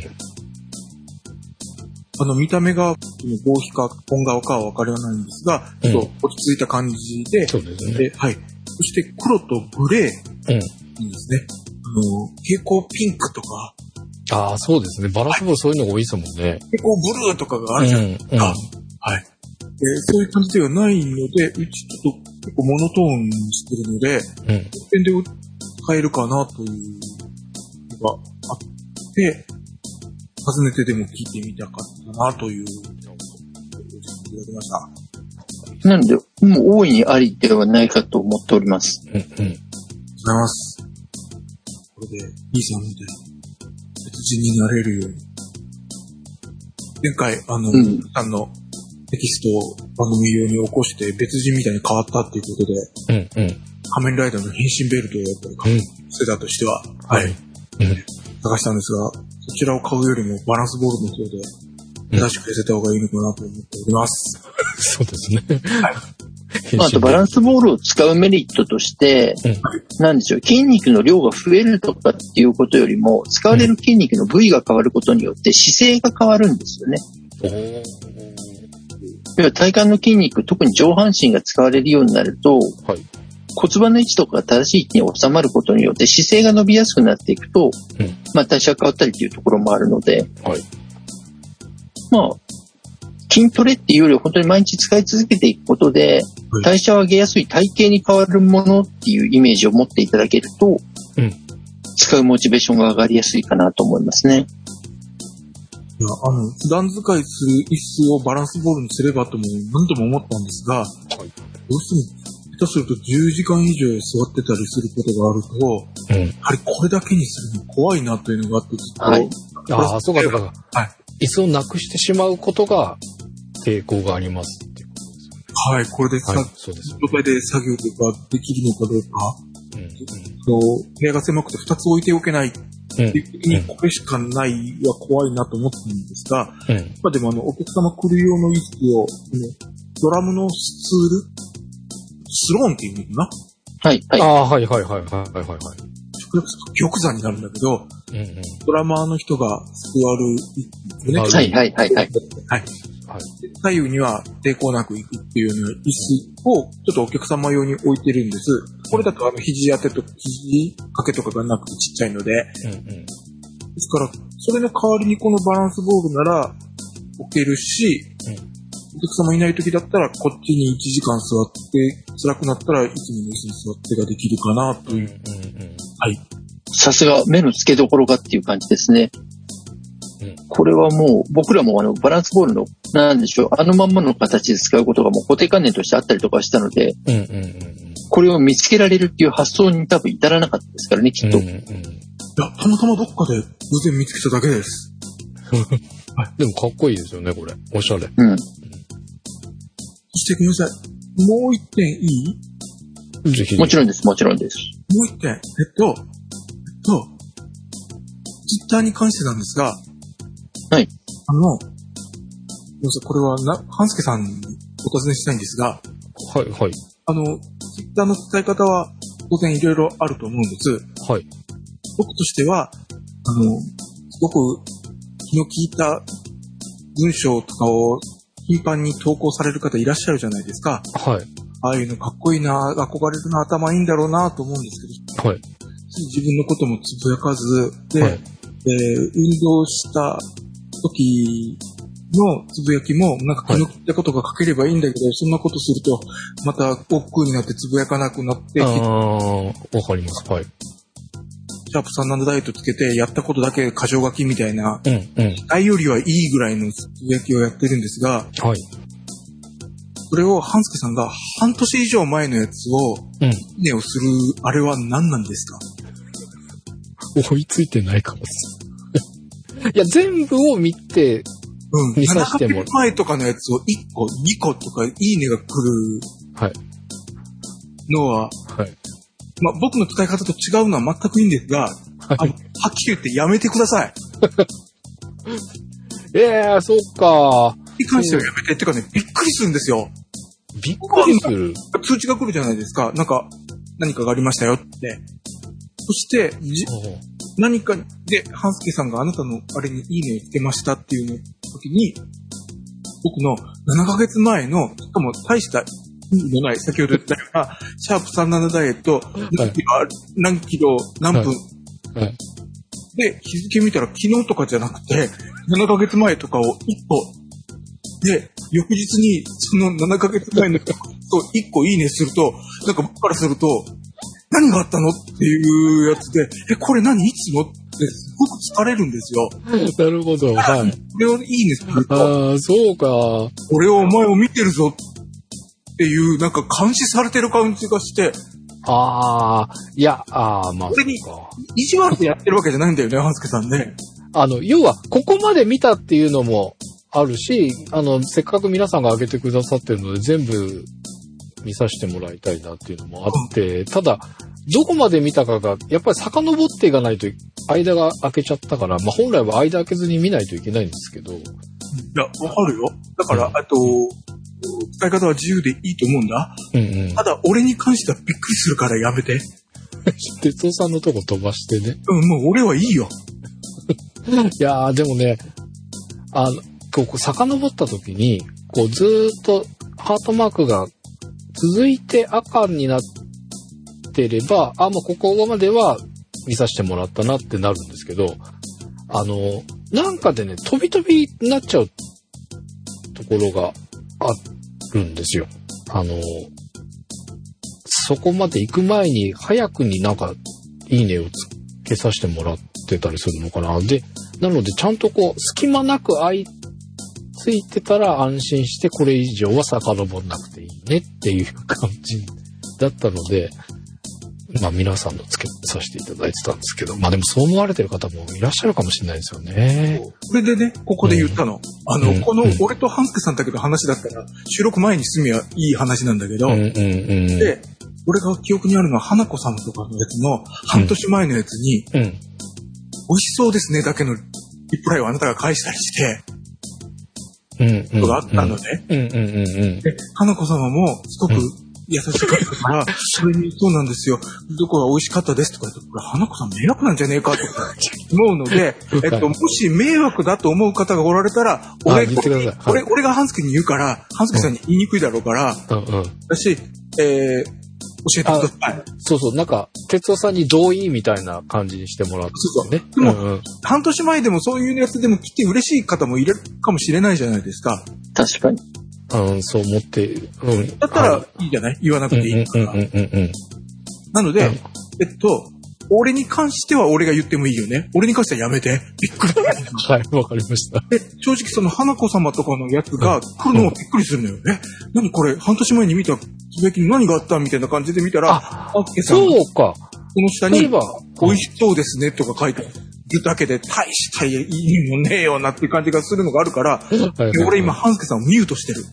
あの見た目が合皮か本革かは分からないんですが、ちょっと落ち着いた感じで、うん、 そうですね。 で、はい。そして黒とグレーにですね、うん、あの蛍光ピンクとか。 ああ、そうですね。バランスボールそういうのが多いですもんね。 蛍光ブルーとかがあるじゃないですか。うんうん、はい。で、そういう感じではないので、うちちょっと結構モノトーンにしてるので、うん、点で使えるかなというのがあって、訪ねてでも聞いてみたかったなというのをいただきました。 なので、もう大いにありではないかと思っております。 うんうん。ありがとうございます。これで、B さんみたいに別人になれるように。前回、あの、うん、さんのテキストを番組用に起こして別人みたいに変わったっていうことで、うんうん、仮面ライダーの変身ベルトをやっぱりセダとしては、うん、はい、うん、探したんですが、そちらを買うよりもバランスボールの方で正しく痩せた方がいいのかなと思っております。 うん、そうですね。はい。 あとバランスボールを使うメリットとして、うん、なんでしょう、筋肉の量が増えるとかっていうことよりも、使われる筋肉の部位が変わることによって姿勢が変わるんですよね。要は体幹の筋肉、特に上半身が使われるようになると、はい、骨盤の位置とかが正しい位置に収まることによって姿勢が伸びやすくなっていくと、うん、まあ代謝が変わったりというところもあるので、はい、まあ筋トレっていうよりは本当に毎日使い続けていくことで、はい、代謝を上げやすい体型に変わるものっていうイメージを持っていただけると、うん、使うモチベーションが上がりやすいかなと思いますね。 いや、あの、普段使いする椅子をバランスボールにすればとも何度も思ったんですが、はい、どうしても下手するとじゅうじかん以上座ってたりすることがあると、うん、やはりこれだけにするの怖いなというのがあって、ずっと、はい、 ああ、そうかそうか。はい。椅子をなくしてしまうことが抵抗がありますっていうことですよね。 はい、これでさ、はい、そうですね。状態で作業とかできるのかどうか、うんうん、そう部屋が狭くてふたつ置いておけない。うん、にこれしかないは怖いなと思ってるんですが、うん、まあでもあのお客様来る用の椅子を、ね、ドラムのスツール、スローンっていうのかな？ はい、はい。 ああ、はいはいはいはいはいはい。 直訳すると玉座になるんだけど、うんうん、ドラマーの人が座る、 ね、はいはいはいはい。はい。 はい。 左右には抵抗なく行くっていうような椅子をちょっとお客様用に置いてるんです。これだとあの肘当てと肘掛けとかがなくてちっちゃいので、うんうん、ですからそれの代わりにこのバランスボールなら置けるし、うん、お客様いない時だったらこっちにいちじかん座って辛くなったらいつもの椅子に座ってができるかなという、うんうんうん、はい。 さすが目の付けどころがっていう感じですね。うん、これはもう僕らもあのバランスボールのなんでしょう、あのまんまの形で使うことがもう固定観念としてあったりとかしたので、うんうんうんうん、これを見つけられるっていう発想に多分至らなかったですからね、きっと。うんうんうん、いや、たまたまどっかで偶然見つけただけです。 はい、でもかっこいいですよね、これ。おしゃれ。 うん。そしてごめんなさい。もう一点いい？ ぜひ。もちろんです、もちろんです。 もう一点。えっと、えっと、ツイッターに関してなんですが、 はい。 あの、これはな、半助さんにお尋ねしたいんですが、 はいはい。 あの、ツイッターの使い方は当然いろいろあると思うんです。 はい。 僕としては、あの、すごく気の利いた文章とかを頻繁に投稿される方いらっしゃるじゃないですか。 はい。 ああいうのかっこいいな、憧れるな、頭いいんだろうなと思うんですけど、 はい。 自分のこともつぶやかず、で、はい、えー、運動した時のつぶやきも、なんか気の利いたことが書ければいいんだけど、はい、そんなことすると、また億劫になってつぶやかなくなって、 ああ、わかります。はい。 シャープさんじゅうななダイエットつけて、やったことだけ箇条書きみたいな、 うん、うん。 あよりはいいぐらいのつぶやきをやってるんですが、 はい。 それを半助さんが半年以上前のやつを、うん。いいねをする、あれは何なんですか？ 追いついてないかもです。いや、全部を見て、 うん。見させてもらう。ななかげつまえとかのやつをいっこ、にことかいいねが来るのは、はい。まあ、僕の使い方と違うのは全くいいんですが、はい、あのはっきり言ってやめてください。 ええー、そうか。 に関してはやめて。ってかね、びっくりするんですよ。 びっくりする。 通知が来るじゃないですか。なんか、何かがありましたよって。そして、じ何かで、半助さんがあなたのあれにいいねをつけましたっていうの時に、僕のななかげつまえの、しかも大した意味のない、先ほど言ったような、シャープさんじゅうななダイエット、何キロ、はい、何キロ、何分、はいはい、で、日付見たら昨日とかじゃなくて、ななかげつまえとかをいっこ、で、翌日にそのななかげつまえのといっこいいねすると、なんか僕からすると、何があったのっていうやつで、え、これ何いつのってすごく疲れるんですよ。 なるほど。はい。 これをいいねすると、 ああ、そうか。 俺はお前を見てるぞっていう、なんか監視されてる感じがして。 ああ、いや、ああ、まあ。 これに、意地悪でやってるわけじゃないんだよね、半助さんね。 あの、要は、ここまで見たっていうのもあるし、あの、せっかく皆さんが上げてくださってるので、全部、見させてもらいたいなっていうのもあって、ただ、どこまで見たかが、やっぱり遡っていかないと、間が空けちゃったから、まあ本来は間空けずに見ないといけないんですけど。いや、わかるよ。だから、うん、あと、使い方は自由でいいと思うんだ。うんうん、ただ、俺に関してはびっくりするからやめて。 哲夫さんのとこ飛ばしてね。 うん、もう俺はいいよ。 いやー、でもね、あの、こう、遡った時に、こう、ずーっとハートマークが続いて赤になってれば、あ、もうここまでは見させてもらったなってなるんですけど、あの、なんかでね、飛び飛びになっちゃうところがあるんですよ。あの、そこまで行く前に早くになんかいいねをつけさせてもらってたりするのかな。で、なのでちゃんとこう、隙間なく空いついてたら安心してこれ以上は遡んなくていいねっていう感じだったので、まあ皆さんのつけさせていただいてたんですけど、まあでもそう思われてる方もいらっしゃるかもしれないですよね。 それでね、ここで言ったの。うん、あの、うん、この俺と半助さんだけど話だったら、収録前に済みはいい話なんだけど、うんうんうん、で、俺が記憶にあるのは花子さんとかのやつの半年前のやつに、うんうん、美味しそうですねだけのリプライをあなたが返したりして、ことがあったのね。で、花子様もすごく優しい方だから、それにそうなんですよ。どこが美味しかったですとか言って、これ花子さん迷惑なんじゃねえかとか思うので、えっと、もし迷惑だと思う方がおられたら、俺、 言ってください。 俺、俺が半助に言うから、半助さんに言いにくいだろうから、 うんうん。 だし、えー、教えてください。 そうそう、なんか、哲夫さんに同意みたいな感じにしてもらって、ね。 そうそう。でも、うんうん、半年前でもそういうやつでも来て嬉しい方もいるかもしれないじゃないですか。 確かに。 うん、そう思って、うん。 だったらいいじゃない、言わなくていいから。 うんうんうんうん。 なので、うん、えっと、俺に関しては俺が言ってもいいよね。俺に関してはやめて。びっくり。 はい、わかりました。 で、正直その花子様とかのやつが来るのもびっくりするのよ。うん、え、何これ、半年前に見たつぶやきに何があったみたいな感じで見たら、 あ、そうか。 この下に、美味しそうですねとか書いてるだけで、大した意味もねえよなっていう感じがするのがあるから、はいはいはい、俺今、半助さんをミュートしてる。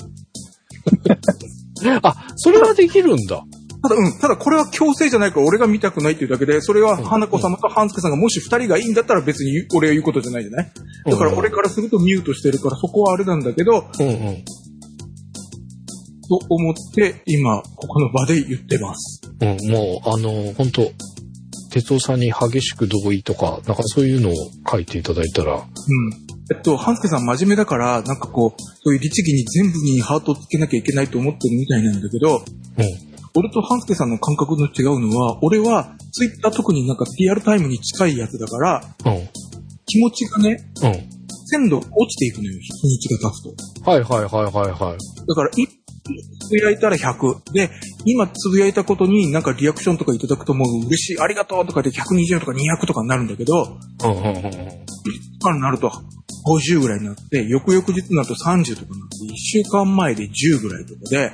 あ、それはできるんだ。 ただ、うん。ただ、これは強制じゃないから、俺が見たくないっていうだけで、それは、花子様と半助さんがもし二人がいいんだったら別に俺が言うことじゃないじゃない。だから、俺からするとミュートしてるから、そこはあれなんだけど、うんうん。と思って、今、ここの場で言ってます。 うん、もう、あの、本当哲夫さんに激しく同意とか、なんかそういうのを書いていただいたら。うん。 えっと、半助さん真面目だから、なんかこう、そういう律儀に全部にハートをつけなきゃいけないと思ってるみたいなんだけど、うん。俺と半助さんの感覚の違うのは、俺は、ツイッター特になんかリアルタイムに近いやつだから、うん。気持ちがね、うん。鮮度落ちていくのよ、日にちが経つと。はいはいはいはいはい。 だから、一つぶやいたらひゃく。で、今つぶやいたことになんかリアクションとかいただくともう嬉しい、ありがとうとかでひゃくにじゅうとかにひゃくとかになるんだけど、うんうんうん。今になるとごじゅうぐらいになって、翌々日になるとさんじゅうとかになって、いっしゅうかんまえでじゅうぐらいとかで、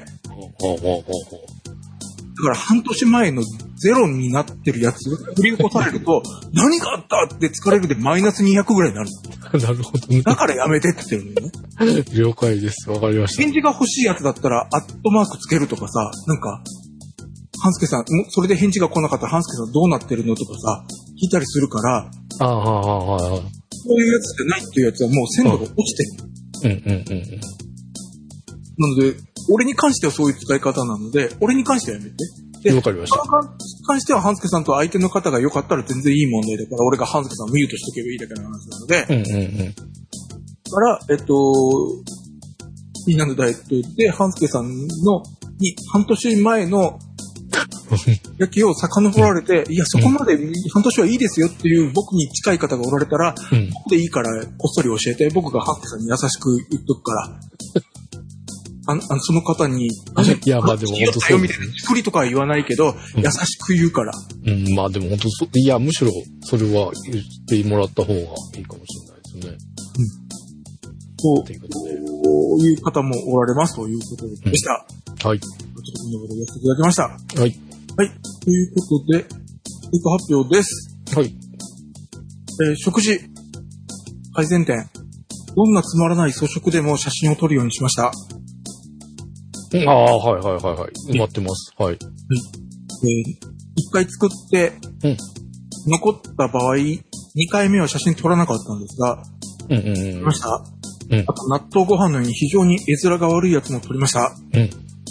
だから半年前のゼロになってるやつが振り起こされると、何があったって疲れるでマイナスにひゃくぐらいになるの。 なるほどね。 だからやめてって言ってるのよね。 了解です。わかりました。 返事が欲しいやつだったら、アットマークつけるとかさ、なんか、半助さん、それで返事が来なかったら半助さんどうなってるのとかさ、聞いたりするから、 ああ、ああ、ああ。 そういうやつじゃないっていうやつはもう鮮度が落ちてる。うんうんうんうん。なので、俺に関してはそういう使い方なので、俺に関してはやめて。 で、わかりました。 その関しては半助さんと相手の方が良かったら全然いい問題だから、俺が半助さんをミュートしとけばいいだけの話なので、うんうんうん。だから、えっと、みんなのダイエットで、半助さんの、に、半年前の、焼きを遡られて、いや、そこまで半年はいいですよっていう僕に近い方がおられたら、うん、僕でいいからこっそり教えて、僕が半助さんに優しく言っとくから、あの、あのその方に、 いや、まあでも本当そう、 みたいな、作りとかは言わないけど、うん、優しく言うから。 うん、まあでも本当そう、いや、むしろそれは言ってもらった方がいいかもしれないですね。うん。 そういう方もおられますということでした。 うん、はい。 ちょっとこんなことをやらせていただきました。はい。 はい。 ということで、結果発表です。 はい。 えー、食事、改善点。どんなつまらない粗食でも写真を撮るようにしました。 ああ、はいはいはいはい。埋まってます。はい。はい。えー、一回作って、うん、残った場合、二回目は写真撮らなかったんですが、 うんうんうん。 撮りました。うん。あと、納豆ご飯のように非常に絵面が悪いやつも撮りました。うん。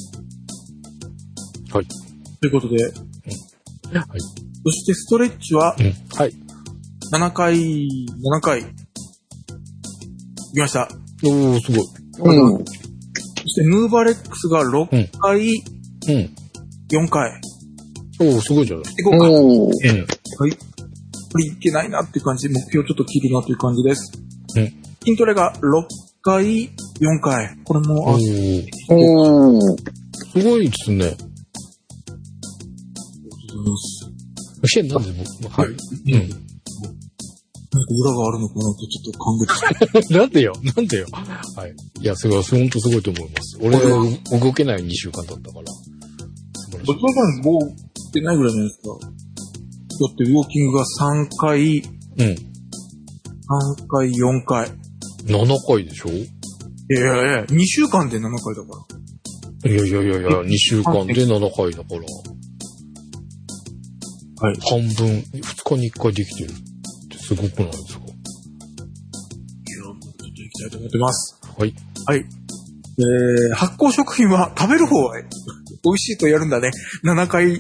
はい。 ということで、うん、はい。そしてストレッチは、うん、 はい。 ななかい、ななかい、いきました。 おー、すごい。 うん。そしてムーバレックスがろっかい、うん。よんかい。 おー、すごいじゃない。 いこうか。うん。はい。これいけないなっていう感じで、目標ちょっと切るなという感じです。うん。筋トレがろっかい、よんかい。これも、 おー。おー。すごいですね。え、なんで僕、はい。うん。 なんか裏があるのかなってちょっと考えてなんでよ、なんでよ。はい。いや、すごい、ほんとすごいと思います。俺、動けないにしゅうかんだったから。 素晴らしい。僕はもう、ってないぐらいじゃないですか。だってウォーキングがさんかい、うん。さんかい、よんかい。 ななかいでしょ？いやいやいや、にしゅうかんでななかいだから。いやいやいやいや、にしゅうかんでななかいだから。はい。半分、ふつかにいっかいできてるってすごくないですか？いや、ちょっと行きたいと思ってます。 はい。 はい。えー、発酵食品は食べる方へ。 美味しいとやるんだね。ななかい。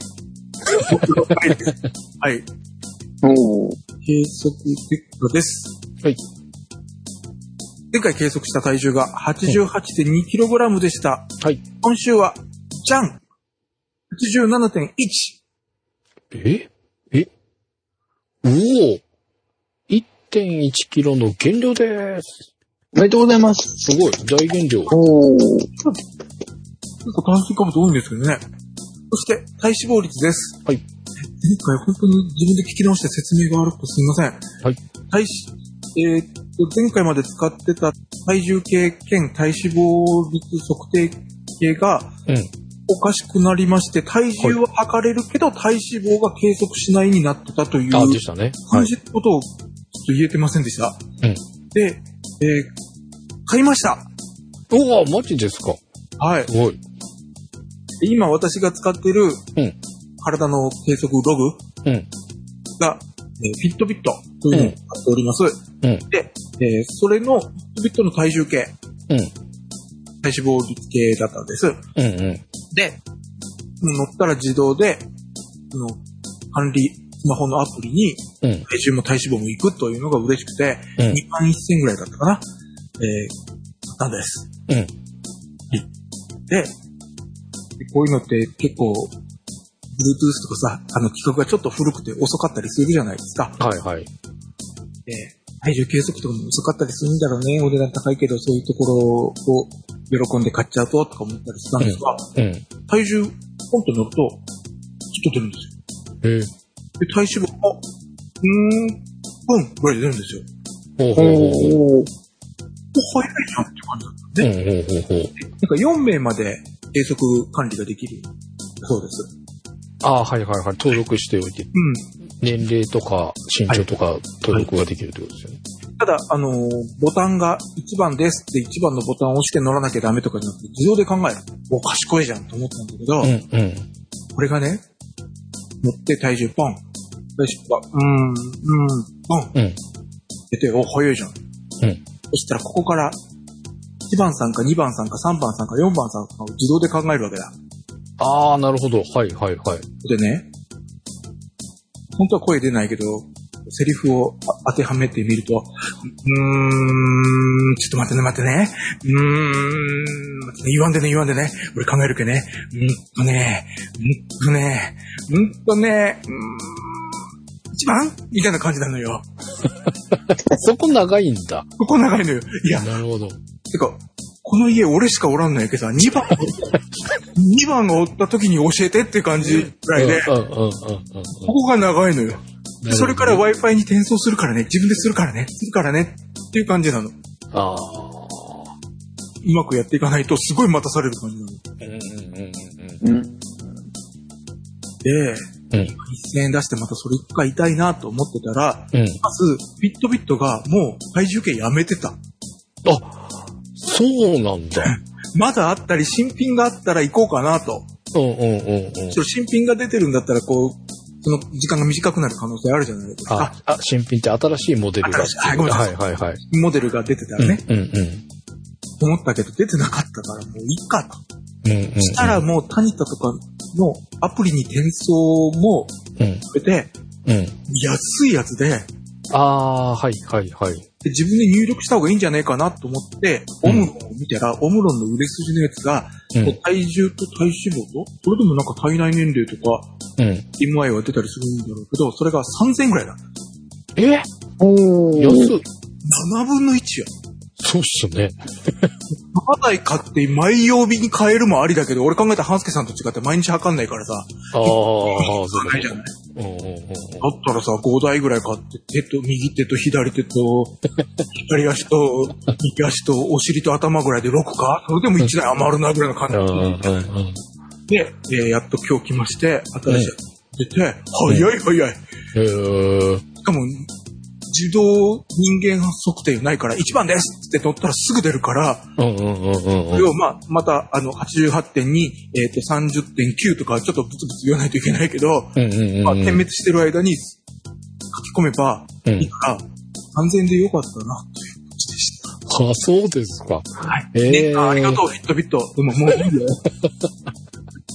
はい。 おー。 計測結果です。 はい。 前回計測した体重が はちじゅうはちてんにキログラム でした。 はい。 今週は、じゃん !はちじゅうななてんいち。 ええおお !いってんいち キロの減量です。 おめでとうございます。 すごい、大減量。 おー。 結構炭水化物多いんですけどね。そして、体脂肪率です。 はい。 前回本当に自分で聞き直して説明が悪くてすみません。 はい。 体脂、えー、っと、前回まで使ってた体重計兼体脂肪率測定計が、 うん。 おかしくなりまして、体重は測れるけど、体脂肪が計測しないになってたという、 あ、でしたね。 感じのことをちょっと言えてませんでした。 うん。 で、えー、買いました。 おー、マジですか。 はい。 すごい。 今私が使っている、 うん。 体の計測ログうん。 が、えー、フィットビットというのを使っております。 うん。 で、えー、それのフィットビットの体重計、 うん。 体脂肪率計だったんです。 うんうん。 で、乗ったら自動で、その管理、スマホのアプリに、 うん。 体重も体脂肪も行くというのが嬉しくて、 うん、 にまんせんぐらいだったかな。えー、買ったんです。 うん。 で、こういうのって結構、Bluetooth とかさ、あの企画がちょっと古くて遅かったりするじゃないですか。 はいはい。 えー、体重計測とかも遅かったりするんだろうね。お値段高いけど、そういうところを喜んで買っちゃうと、とか思ったりしたんですが、 うん。うん、 体重、ポンと乗ると、ちょっと出るんですよ。 へえ。 で、体脂肪も、うーん、ポンぐらいで出るんですよ。 ほうほうほうほう。 おー、早いじゃんって感じだったね。 うん、ほうほうほう。 なんかよんめいまで計測管理ができるそうです。 ああ、はいはいはい。登録しておいて。 うん。 年齢とか身長とか登録ができるってことですよね。 はい、ただ、あのー、ボタンがいちばんですっていちばんのボタンを押して乗らなきゃダメとかじゃなくて、自動で考える。お、賢いじゃんと思ったんだけど、 うんうん。 これがね、乗って体重ポン。体脂肪が、うーん、うーん、ポン。 うん。 出て、お、早いじゃん。 うん。 そしたらここから、いちばんさんかにばんさんかさんばんさんかよんばんさんかを自動で考えるわけだ。 ああ、なるほど。はいはいはい。 でね、本当は声出ないけど、セリフを当てはめてみると、うーん、ちょっと待ってね、待ってね。うーん、待ってね、言わんでね、言わんでね。俺考えるけね。うんとね、うんとね、うんとね、うーん、一番みたいな感じなのよ。 そこ長いんだ。 ここ長いのよ。いや。 なるほど。 てか、この家俺しかおらんのやけどさ、にばん、にばんがおった時に教えてって感じぐらいで、ここが長いのよ。それから Wi-Fi に転送するからね、自分でするからね、するからねっていう感じなの。ああ。うまくやっていかないとすごい待たされる感じなの。うんうんうんうん。で、うん、せんえん出してまたそれ一回痛いなと思ってたら、うん、まず、フィットビットがもう体重計やめてた。 あ、そうなんだ。 まだあったり、新品があったら行こうかなと。うんうんうんうん。新品が出てるんだったら、こう、その時間が短くなる可能性あるじゃないですか。 あ、あ新品って新しいモデルが。 はい、ごめんなさい。はいはいはい。モデルが出てたらね。うんうんうん。思ったけど、出てなかったから、もういいかと。うんうんうん。したらもう、タニタとかのアプリに転送も、うん。それで、うん。安いやつで、 ああー、はいはいはい。 で自分で入力した方がいいんじゃないかなと思って、オムロンを見たら、オムロンの売れ筋のやつが、うん、体重と体脂肪と、それでもなんか体内年齢とか、うん、エムアイ は出たりするんだろうけど、それがさんぜんえんぐらいだ。 えおー。安い。 ななぶんのいちや。 そうっすね。 高台買って毎曜日に買えるもありだけど、俺考えたら半助さんと違って毎日測んないからさ。ああ、そうないじゃない。だったらさ、ごだいぐらい買って、手と、右手と左手と、左足と、右足と、お尻と頭ぐらいでろくかそれでもいちだい余るなぐらいの感じ。で、えー、やっと今日来まして、新しい出て、早い早い。しかも、自動人間測定ないからいちばんですって取ったらすぐ出るから、それをまあ、またあの はちじゅうはちてんに、えっと さんじゅってんきゅう とかちょっとブツブツ言わないといけないけど、まあ、点滅してる間に書き込めばいいから、安全でよかったなという感じでした。 あ、そうですか。 はい。えー、ありがとう、フィットビット。でももういいよ。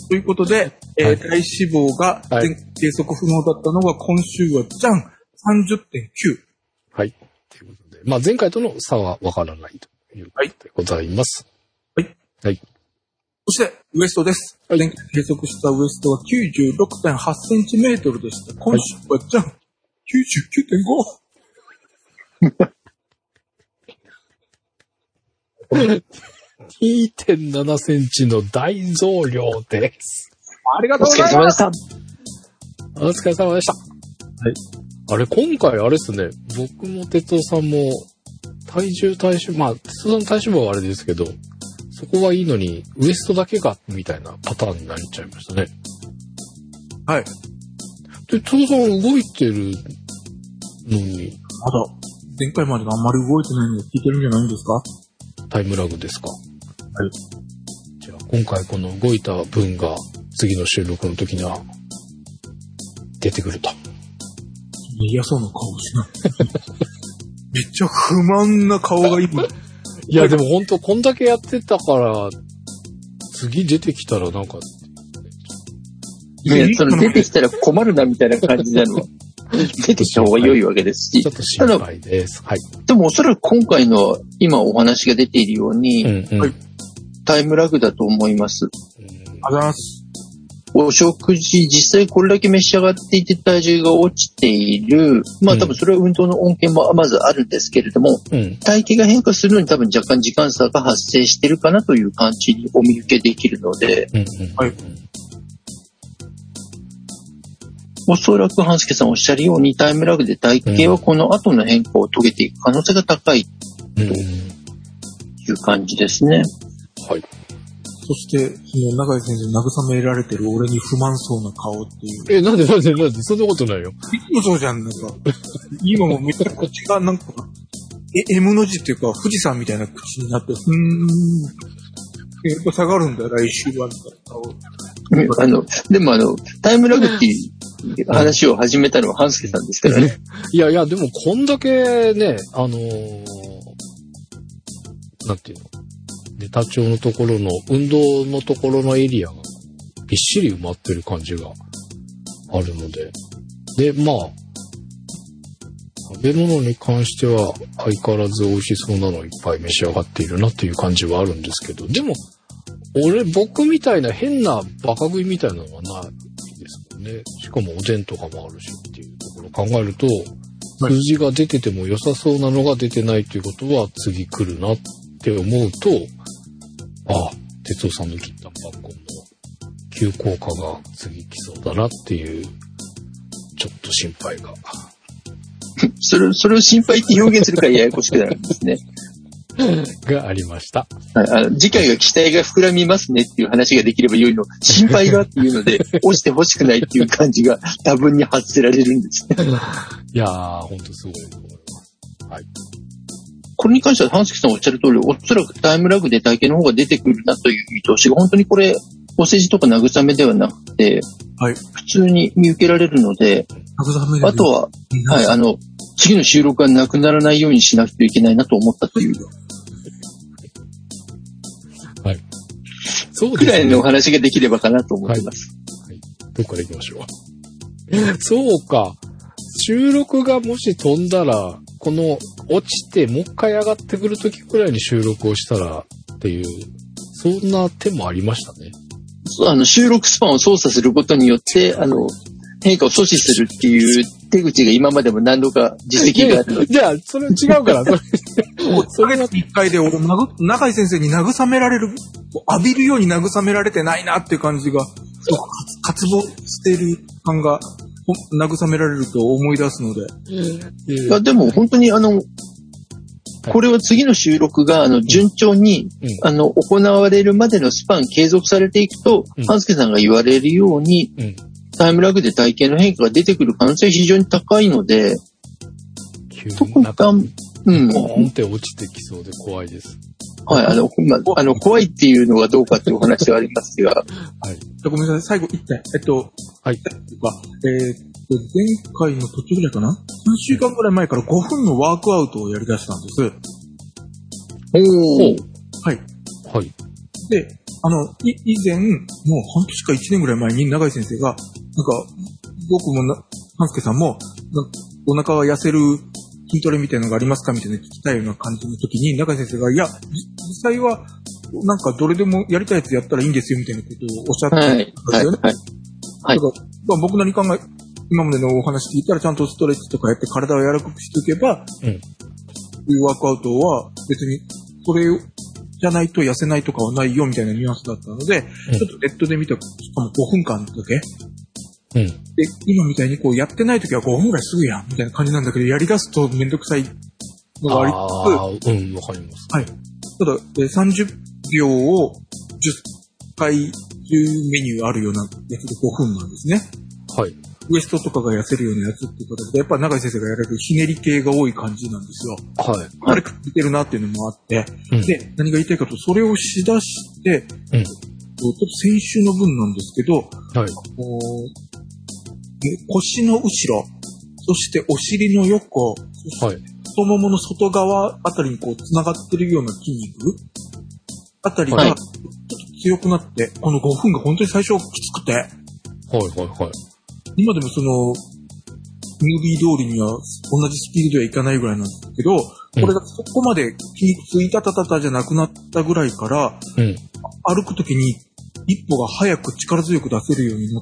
ということで、えーはい、 体脂肪がはい前計測不能だったのが今週はじゃん さんじゅってんきゅう。 はい。ということで、まあ前回との差はわからないということでございます。 はい。 はい。 そして、ウエストです。 はい、 前回計測したウエストは きゅうじゅうろくてんはちセンチメートルでした。今週はじゃん きゅうじゅうきゅうてんご。 にてんななセンチの大増量です。 ありがとうございました。 お疲れ様でした。はい。あれ、今回あれですね、僕も哲夫さんも体重体脂、まあ、哲夫さんの体脂肪はあれですけど、そこはいいのに、ウエストだけが、みたいなパターンになっちゃいましたね。 はい。 で、哲夫さん動いてるのに。 まだ、前回まであんまり動いてないので聞いてるんじゃないんですか？ タイムラグですか？ はい。 じゃあ、今回この動いた分が、次の収録の時には、出てくると。 嫌そうな顔しない。めっちゃ不満な顔が今。 いや、でも本当こんだけやってたから、次出てきたらなんか。 いや、その出てきたら困るなみたいな感じなのは、出てきた方が良いわけですし。 ちょっと心配です。はい。 でもおそらく今回の今お話が出ているように、うんうん、タイムラグだと思います。 ありがとうございます。 お食事、実際これだけ召し上がっていて体重が落ちている。まあ多分それは運動の恩恵もまずあるんですけれども、うん、体型が変化するのに多分若干時間差が発生しているかなという感じにお見受けできるので、うんうん、はい。おそらく半助さんおっしゃるようにタイムラグで体型はこの後の変化を遂げていく可能性が高いという感じですね。 はい。 そして、その永井先生に慰められてる俺に不満そうな顔っていう。 え、なんでなんでなんでそんなことないよ。 いつもそうじゃん、なんか。今もめっちゃ口がなんか、え、M の字っていうか富士山みたいな口になって、うーん。やっぱ下がるんだよ、来週は。 あの、でもあの、タイムラグっていう話を始めたのは半助さんですからね。 いやいや、でもこんだけね、あのー、なんていうのネタ帳のところの運動のところのエリアがびっしり埋まってる感じがあるので。で、まあ、食べ物に関しては相変わらず美味しそうなのいっぱい召し上がっているなっていう感じはあるんですけど、でも、俺、僕みたいな変なバカ食いみたいなのはないですもんね。しかもおでんとかもあるしっていうところを考えると、数字が出てても良さそうなのが出てないということは次来るなって思うと、ああ、哲夫さんの切ったパッコンの急効果が次来そうだなっていう、ちょっと心配が。 それ、それを心配って表現するからややこしくなるんですね。 がありました。 はい、あの次回が期待が膨らみますねっていう話ができれば良いの。心配がっていうので、落ちてほしくないっていう感じが多分に発せられるんですね。 いやー、ほんとすごいと思います。はい。 これに関しては、半助さんおっしゃる通り、おそらくタイムラグで体型の方が出てくるなという見通しが、本当にこれ、お世辞とか慰めではなくて、はい、普通に見受けられるので、慰めあとは、はい、あの、次の収録がなくならないようにしなくてはいけないなと思ったという。 はい。そうですね。 くらいのお話ができればかなと思ってます。 はい。はい、どっから行きましょう。そうか。収録がもし飛んだら、この落ちてもう一回上がってくるときくらいに収録をしたらっていう、そんな手もありましたね。 あの収録スパンを操作することによって、あの、変化を阻止するっていう手口が今までも何度か実績があるので。 じゃあ、それ違うから、それ。 それが一回で俺、永井先生に慰められる、浴びるように慰められてないなっていう感じが、すごく渇望している感が、慰められると思い出すので。 いや、でも本当にあの、これは次の収録があの順調に、うん、あの行われるまでのスパン継続されていくと、うん、半助さんが言われるように、うん、タイムラグで体型の変化が出てくる可能性が非常に高いので、 特になんうん、ポーンって落ちてきそうで怖いです。 はい、あの、まあ、あの怖いっていうのがどうかっていうお話はありますが、はい。 ごめんなさい、最後いってん、えっと、はい、えー、っと前回の途中ぐらいかな、さんしゅうかんぐらい前からごふんのワークアウトをやり出したんです。 おお、 はい、 はい。 で、 あの、い以前、もう半年かいちねんぐらい前に永井先生が、なんか、僕もな、半助さんも、お腹が痩せる筋トレみたいなのがありますかみたいな聞きたいような感じの時に、永井先生が、いや、実際は、なんかどれでもやりたいやつやったらいいんですよみたいなことをおっしゃってたんですよね。はい。はい。はい、だから、僕なり考え、今までのお話聞いたらちゃんとストレッチとかやって体を柔らかくしておけば、うん、いうワークアウトは別にそれじゃないと痩せないとかはないよみたいなニュアンスだったので、うん、ちょっとネットで見た、しかもごふんかんだけ、うん、で、今みたいにこうやってないときはごふんぐらいすぐやんみたいな感じなんだけど、やり出すとめんどくさいのがありつつ、 あうん、わかります。 はい。ただ、さんじゅっびょうをじゅっかいじゅうメニューあるようなやつでごふんなんですね。はい。ウエストとかが痩せるようなやつっていう形で、やっぱ永井先生がやられるひねり系が多い感じなんですよ。はい。あれ似てるなっていうのもあって、うん、で、何が言いたいかと、それをしだして、うん、ちょっと先週の分なんですけど、はい。腰の後ろ、そしてお尻の横、そして太ももの外側あたりにこう繋がってるような筋肉あたりがちょっと強くなって、はい、このごふんが本当に最初きつくて、はいはいはい。今でもその、ムービー通りには同じスピードではいかないぐらいなんですけど、これがそこまで筋肉ついたたたたじゃなくなったぐらいから、うん、歩くときに一歩が早く力強く出せるようになって、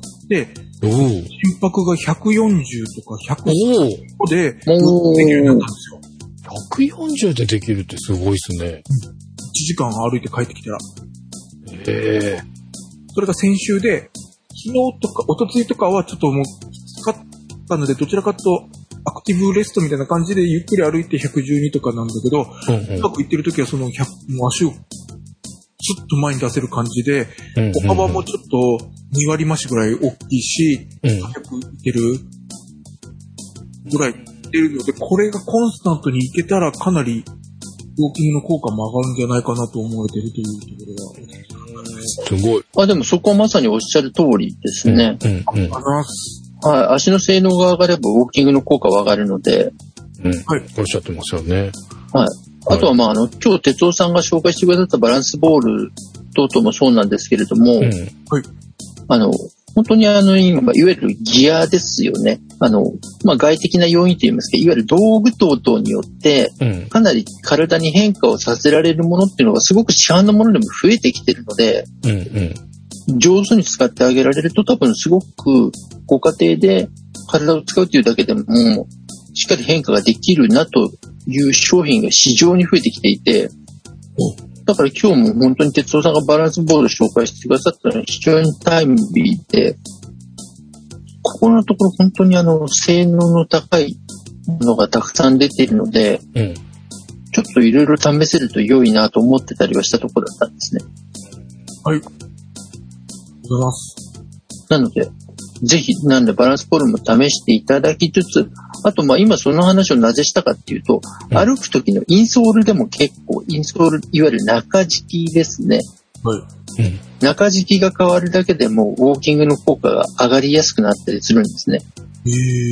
心拍がひゃくよんじゅうとかひゃくごでできるようになったんですよ。 ひゃくよんじゅうでできるってすごいですね。うん、いちじかん歩いて帰ってきたら。 へー。 それが先週で、昨日とか、一昨日とかはちょっともうきつかったので、どちらかとアクティブレストみたいな感じでゆっくり歩いてひゃくじゅうにとかなんだけど、うんうん、うまくいってるときはそのひゃく、もう足をスッと前に出せる感じで、うんうんうん、歩幅もちょっとにわり増しぐらい大きいし、うん、早くいけるぐらいいってるので、これがコンスタントにいけたらかなりウォーキングの効果も上がるんじゃないかなと思われているというところが、 すごい。 あ、でもそこはまさにおっしゃる通りですね。うんうんうん、はい。足の性能が上がればウォーキングの効果は上がるので。 うん。はい。おっしゃってますよね。 はい。あとはまあ、あの、今日哲夫さんが紹介してくださったバランスボール等々もそうなんですけれども、うん、はい。あの、本当にあの、今、いわゆるギアですよね。あの、まあ、外的な要因といいますか、いわゆる道具等々によって、かなり体に変化をさせられるものっていうのがすごく市販のものでも増えてきてるので、うんうん、上手に使ってあげられると多分すごくご家庭で体を使うというだけでも、しっかり変化ができるなという商品が市場に増えてきていて、だから今日も本当に哲夫さんがバランスボールを紹介してくださったのは非常にタイムリーで、ここのところ本当にあの性能の高いものがたくさん出ているので、うん、ちょっといろいろ試せると良いなと思ってたりはしたところだったんですね。 はい。ありがとうございます。 なので、ぜひなんでバランスボールも試していただきつつ、あとまあ今その話をなぜしたかっていうと、うん、歩く時のインソールでも結構インソールいわゆる中敷きですね。はい。うん、中敷きが変わるだけでもウォーキングの効果が上がりやすくなったりするんですね。へ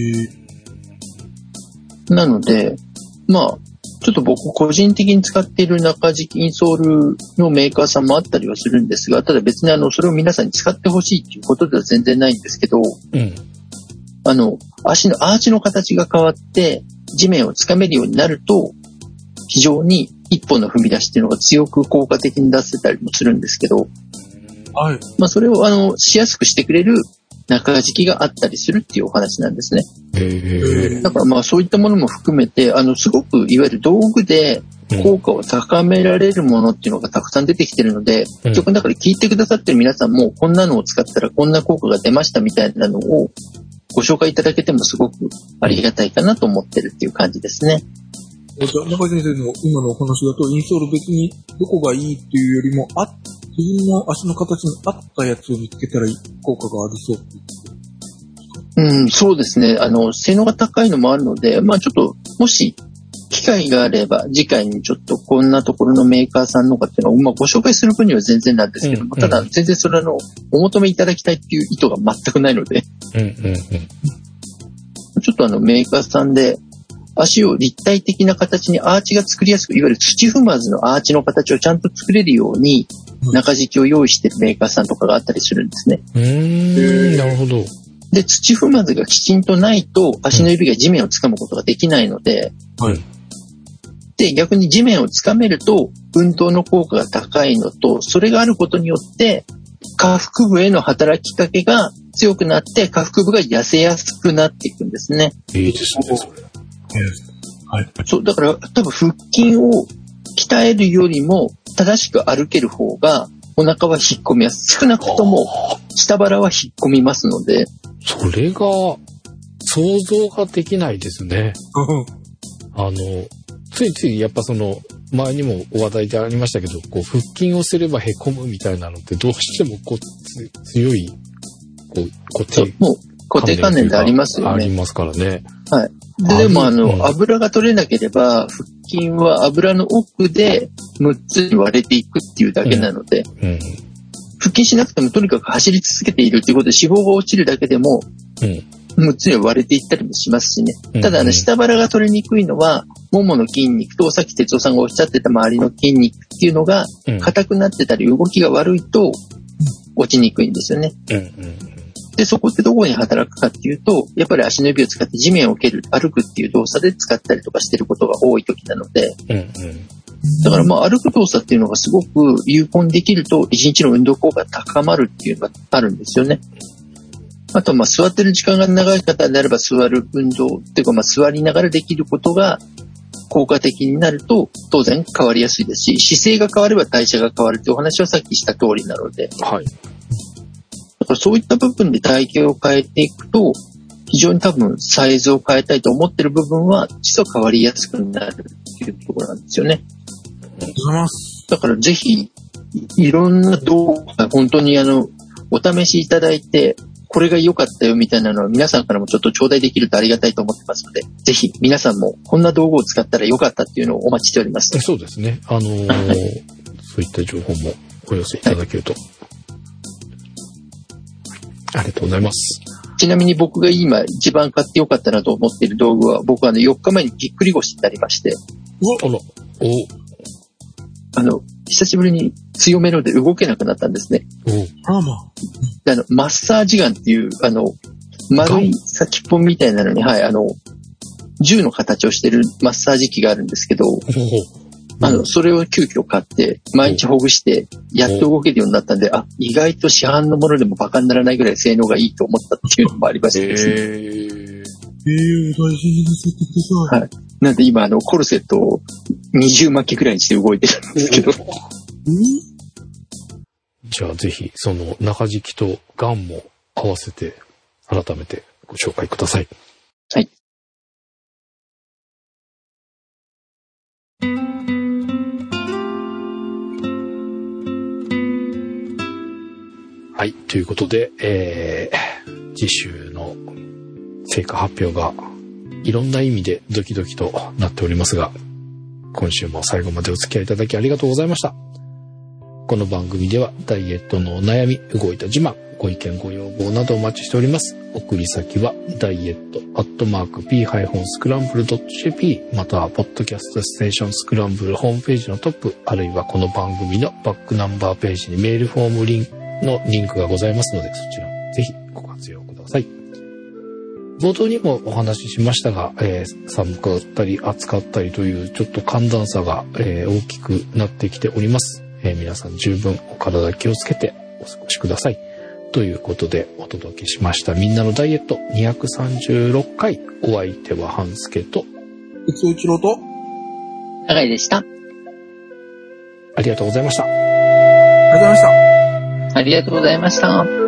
ー。なので、まあちょっと僕個人的に使っている中敷きインソールのメーカーさんもあったりはするんですが、ただ別にあのそれを皆さんに使ってほしいっていうことでは全然ないんですけど、うん、あの足のアーチの形が変わって地面をつかめるようになると非常に一歩の踏み出しっていうのが強く効果的に出せたりもするんですけど、はい、まあそれをあのしやすくしてくれる中敷きがあったりするっていうお話なんですね。へー。だからまあそういったものも含めて、あのすごくいわゆる道具で効果を高められるものっていうのがたくさん出てきてるので、うん、結局だから聞いてくださってる皆さんもこんなのを使ったらこんな効果が出ましたみたいなのをご紹介いただけてもすごくありがたいかなと思ってるっていう感じですね。 じゃあ中井先生の今のお話だとインソール別にどこがいいっていうよりもあ自分の足の形に合ったやつを見つけたら効果がありそうっていううん、そうですね。あの、性能が高いのもあるので、まあちょっと、もし、機会があれば、次回にちょっとこんなところのメーカーさんのかっていうのを、まあご紹介する分には全然なんですけども、うんうん、ただ、全然それの、お求めいただきたいっていう意図が全くないので、うんうんうん、ちょっとあの、メーカーさんで、足を立体的な形にアーチが作りやすく、いわゆる土踏まずのアーチの形をちゃんと作れるように、 中敷きを用意しているメーカーさんとかがあったりするんですね。 うーん、なるほど。 で、土踏まずがきちんとないと足の指が地面を掴むことができないので、 はい。 で、逆に地面を掴めると運動の効果が高いのと、それがあることによって下腹部への働きかけが強くなって下腹部が痩せやすくなっていくんですね。 いいですね、それ。 はい。 そう、だから多分腹筋を鍛えるよりも正しく歩ける方がお腹は引っ込みやすい。少なくとも下腹は引っ込みますので。 それが想像ができないですね。あの、ついついやっぱその前にもお話題でありましたけど、こう腹筋をすればへこむみたいなのってどうしてもこうつ強いこう固定もう固定観念でありますよね。 ありますからね。 はい。で、でもあの、 うん、 油が取れなければ、腹筋は油の奥でむっつに割れていくっていうだけなので、 うんうん、 腹筋しなくてもとにかく走り続けているということで脂肪が落ちるだけでも、うん、むっつに割れていったりもしますしね。うんうん、ただあの、下腹が取れにくいのは、ももの筋肉と、さっき哲夫さんがおっしゃってた周りの筋肉っていうのが、硬くなってたり動きが悪いと落ちにくいんですよね。 うんうんで、そこってどこに働くかっていうと、やっぱり足の指を使って地面を蹴る、歩くっていう動作で使ったりとかしてることが多い時なので、 うんうん、 だからまあ歩く動作っていうのがすごく有効にできると、一日の運動効果が高まるっていうのがあるんですよね。あとまあ座ってる時間が長い方であれば座る運動っていうかまあ座りながらできることが効果的になると当然変わりやすいですし、姿勢が変われば代謝が変わるというお話はさっきした通りなので、 はい。 だからそういった部分で体型を変えていくと、非常に多分サイズを変えたいと思っている部分は実は変わりやすくなるっていうところなんですよね。 ありがとうございます。 だからぜひいろんな動画本当にあのお試しいただいて、これが良かったよみたいなのを皆さんからもちょっと頂戴できるとありがたいと思ってますので、ぜひ皆さんもこんな道具を使ったら良かったっていうのをお待ちしております。 そうですね。あのーはい、そういった情報もお寄せいただけると。はい、ありがとうございます。 ちなみに僕が今一番買ってよかったなと思っている道具は、僕はねよっかまえにぎっくり腰になりまして、 あら、おあの久しぶりに強めので動けなくなったんですね。 おあまあのマッサージガンっていうあの丸い先っぽみたいなのに、はい、あの銃の形をしているマッサージ機があるんですけど、あのそれを急遽買って毎日ほぐしてやっと動けるようになったんで、あ、意外と市販のものでもバカにならないぐらい性能がいいと思ったっていうのもありましてですね。 えー、えー、大事になさってください。 はい。なんで今あのコルセットを二重巻きぐらいにして動いてるんですけど。 じゃあぜひその中敷きとガンも合わせて改めてご紹介ください。 はい。 はい。ということで、えー、次週の成果発表がいろんな意味でドキドキとなっておりますが、今週も最後までお付き合いいただきありがとうございました。この番組ではダイエットのお悩み、動いた自慢、ご意見ご要望などお待ちしております。送り先はダイエットアットマーク ピースクランブルドットジェーピー またはポッドキャストステーションスクランブルホームページのトップ、あるいはこの番組のバックナンバーページにメールフォームリンクのリンクがございますので、そちらをぜひご活用ください。冒頭にもお話ししましたが、えー、寒かったり暑かったりというちょっと寒暖差が、えー、大きくなってきております。えー、皆さん十分お体気をつけてお過ごしください。ということでお届けしましたみんなのダイエットにひゃくさんじゅうろっかい。お相手は半助と鉄尾一郎と長井でした。 ありがとうございました。 ありがとうございました。 ありがとうございました。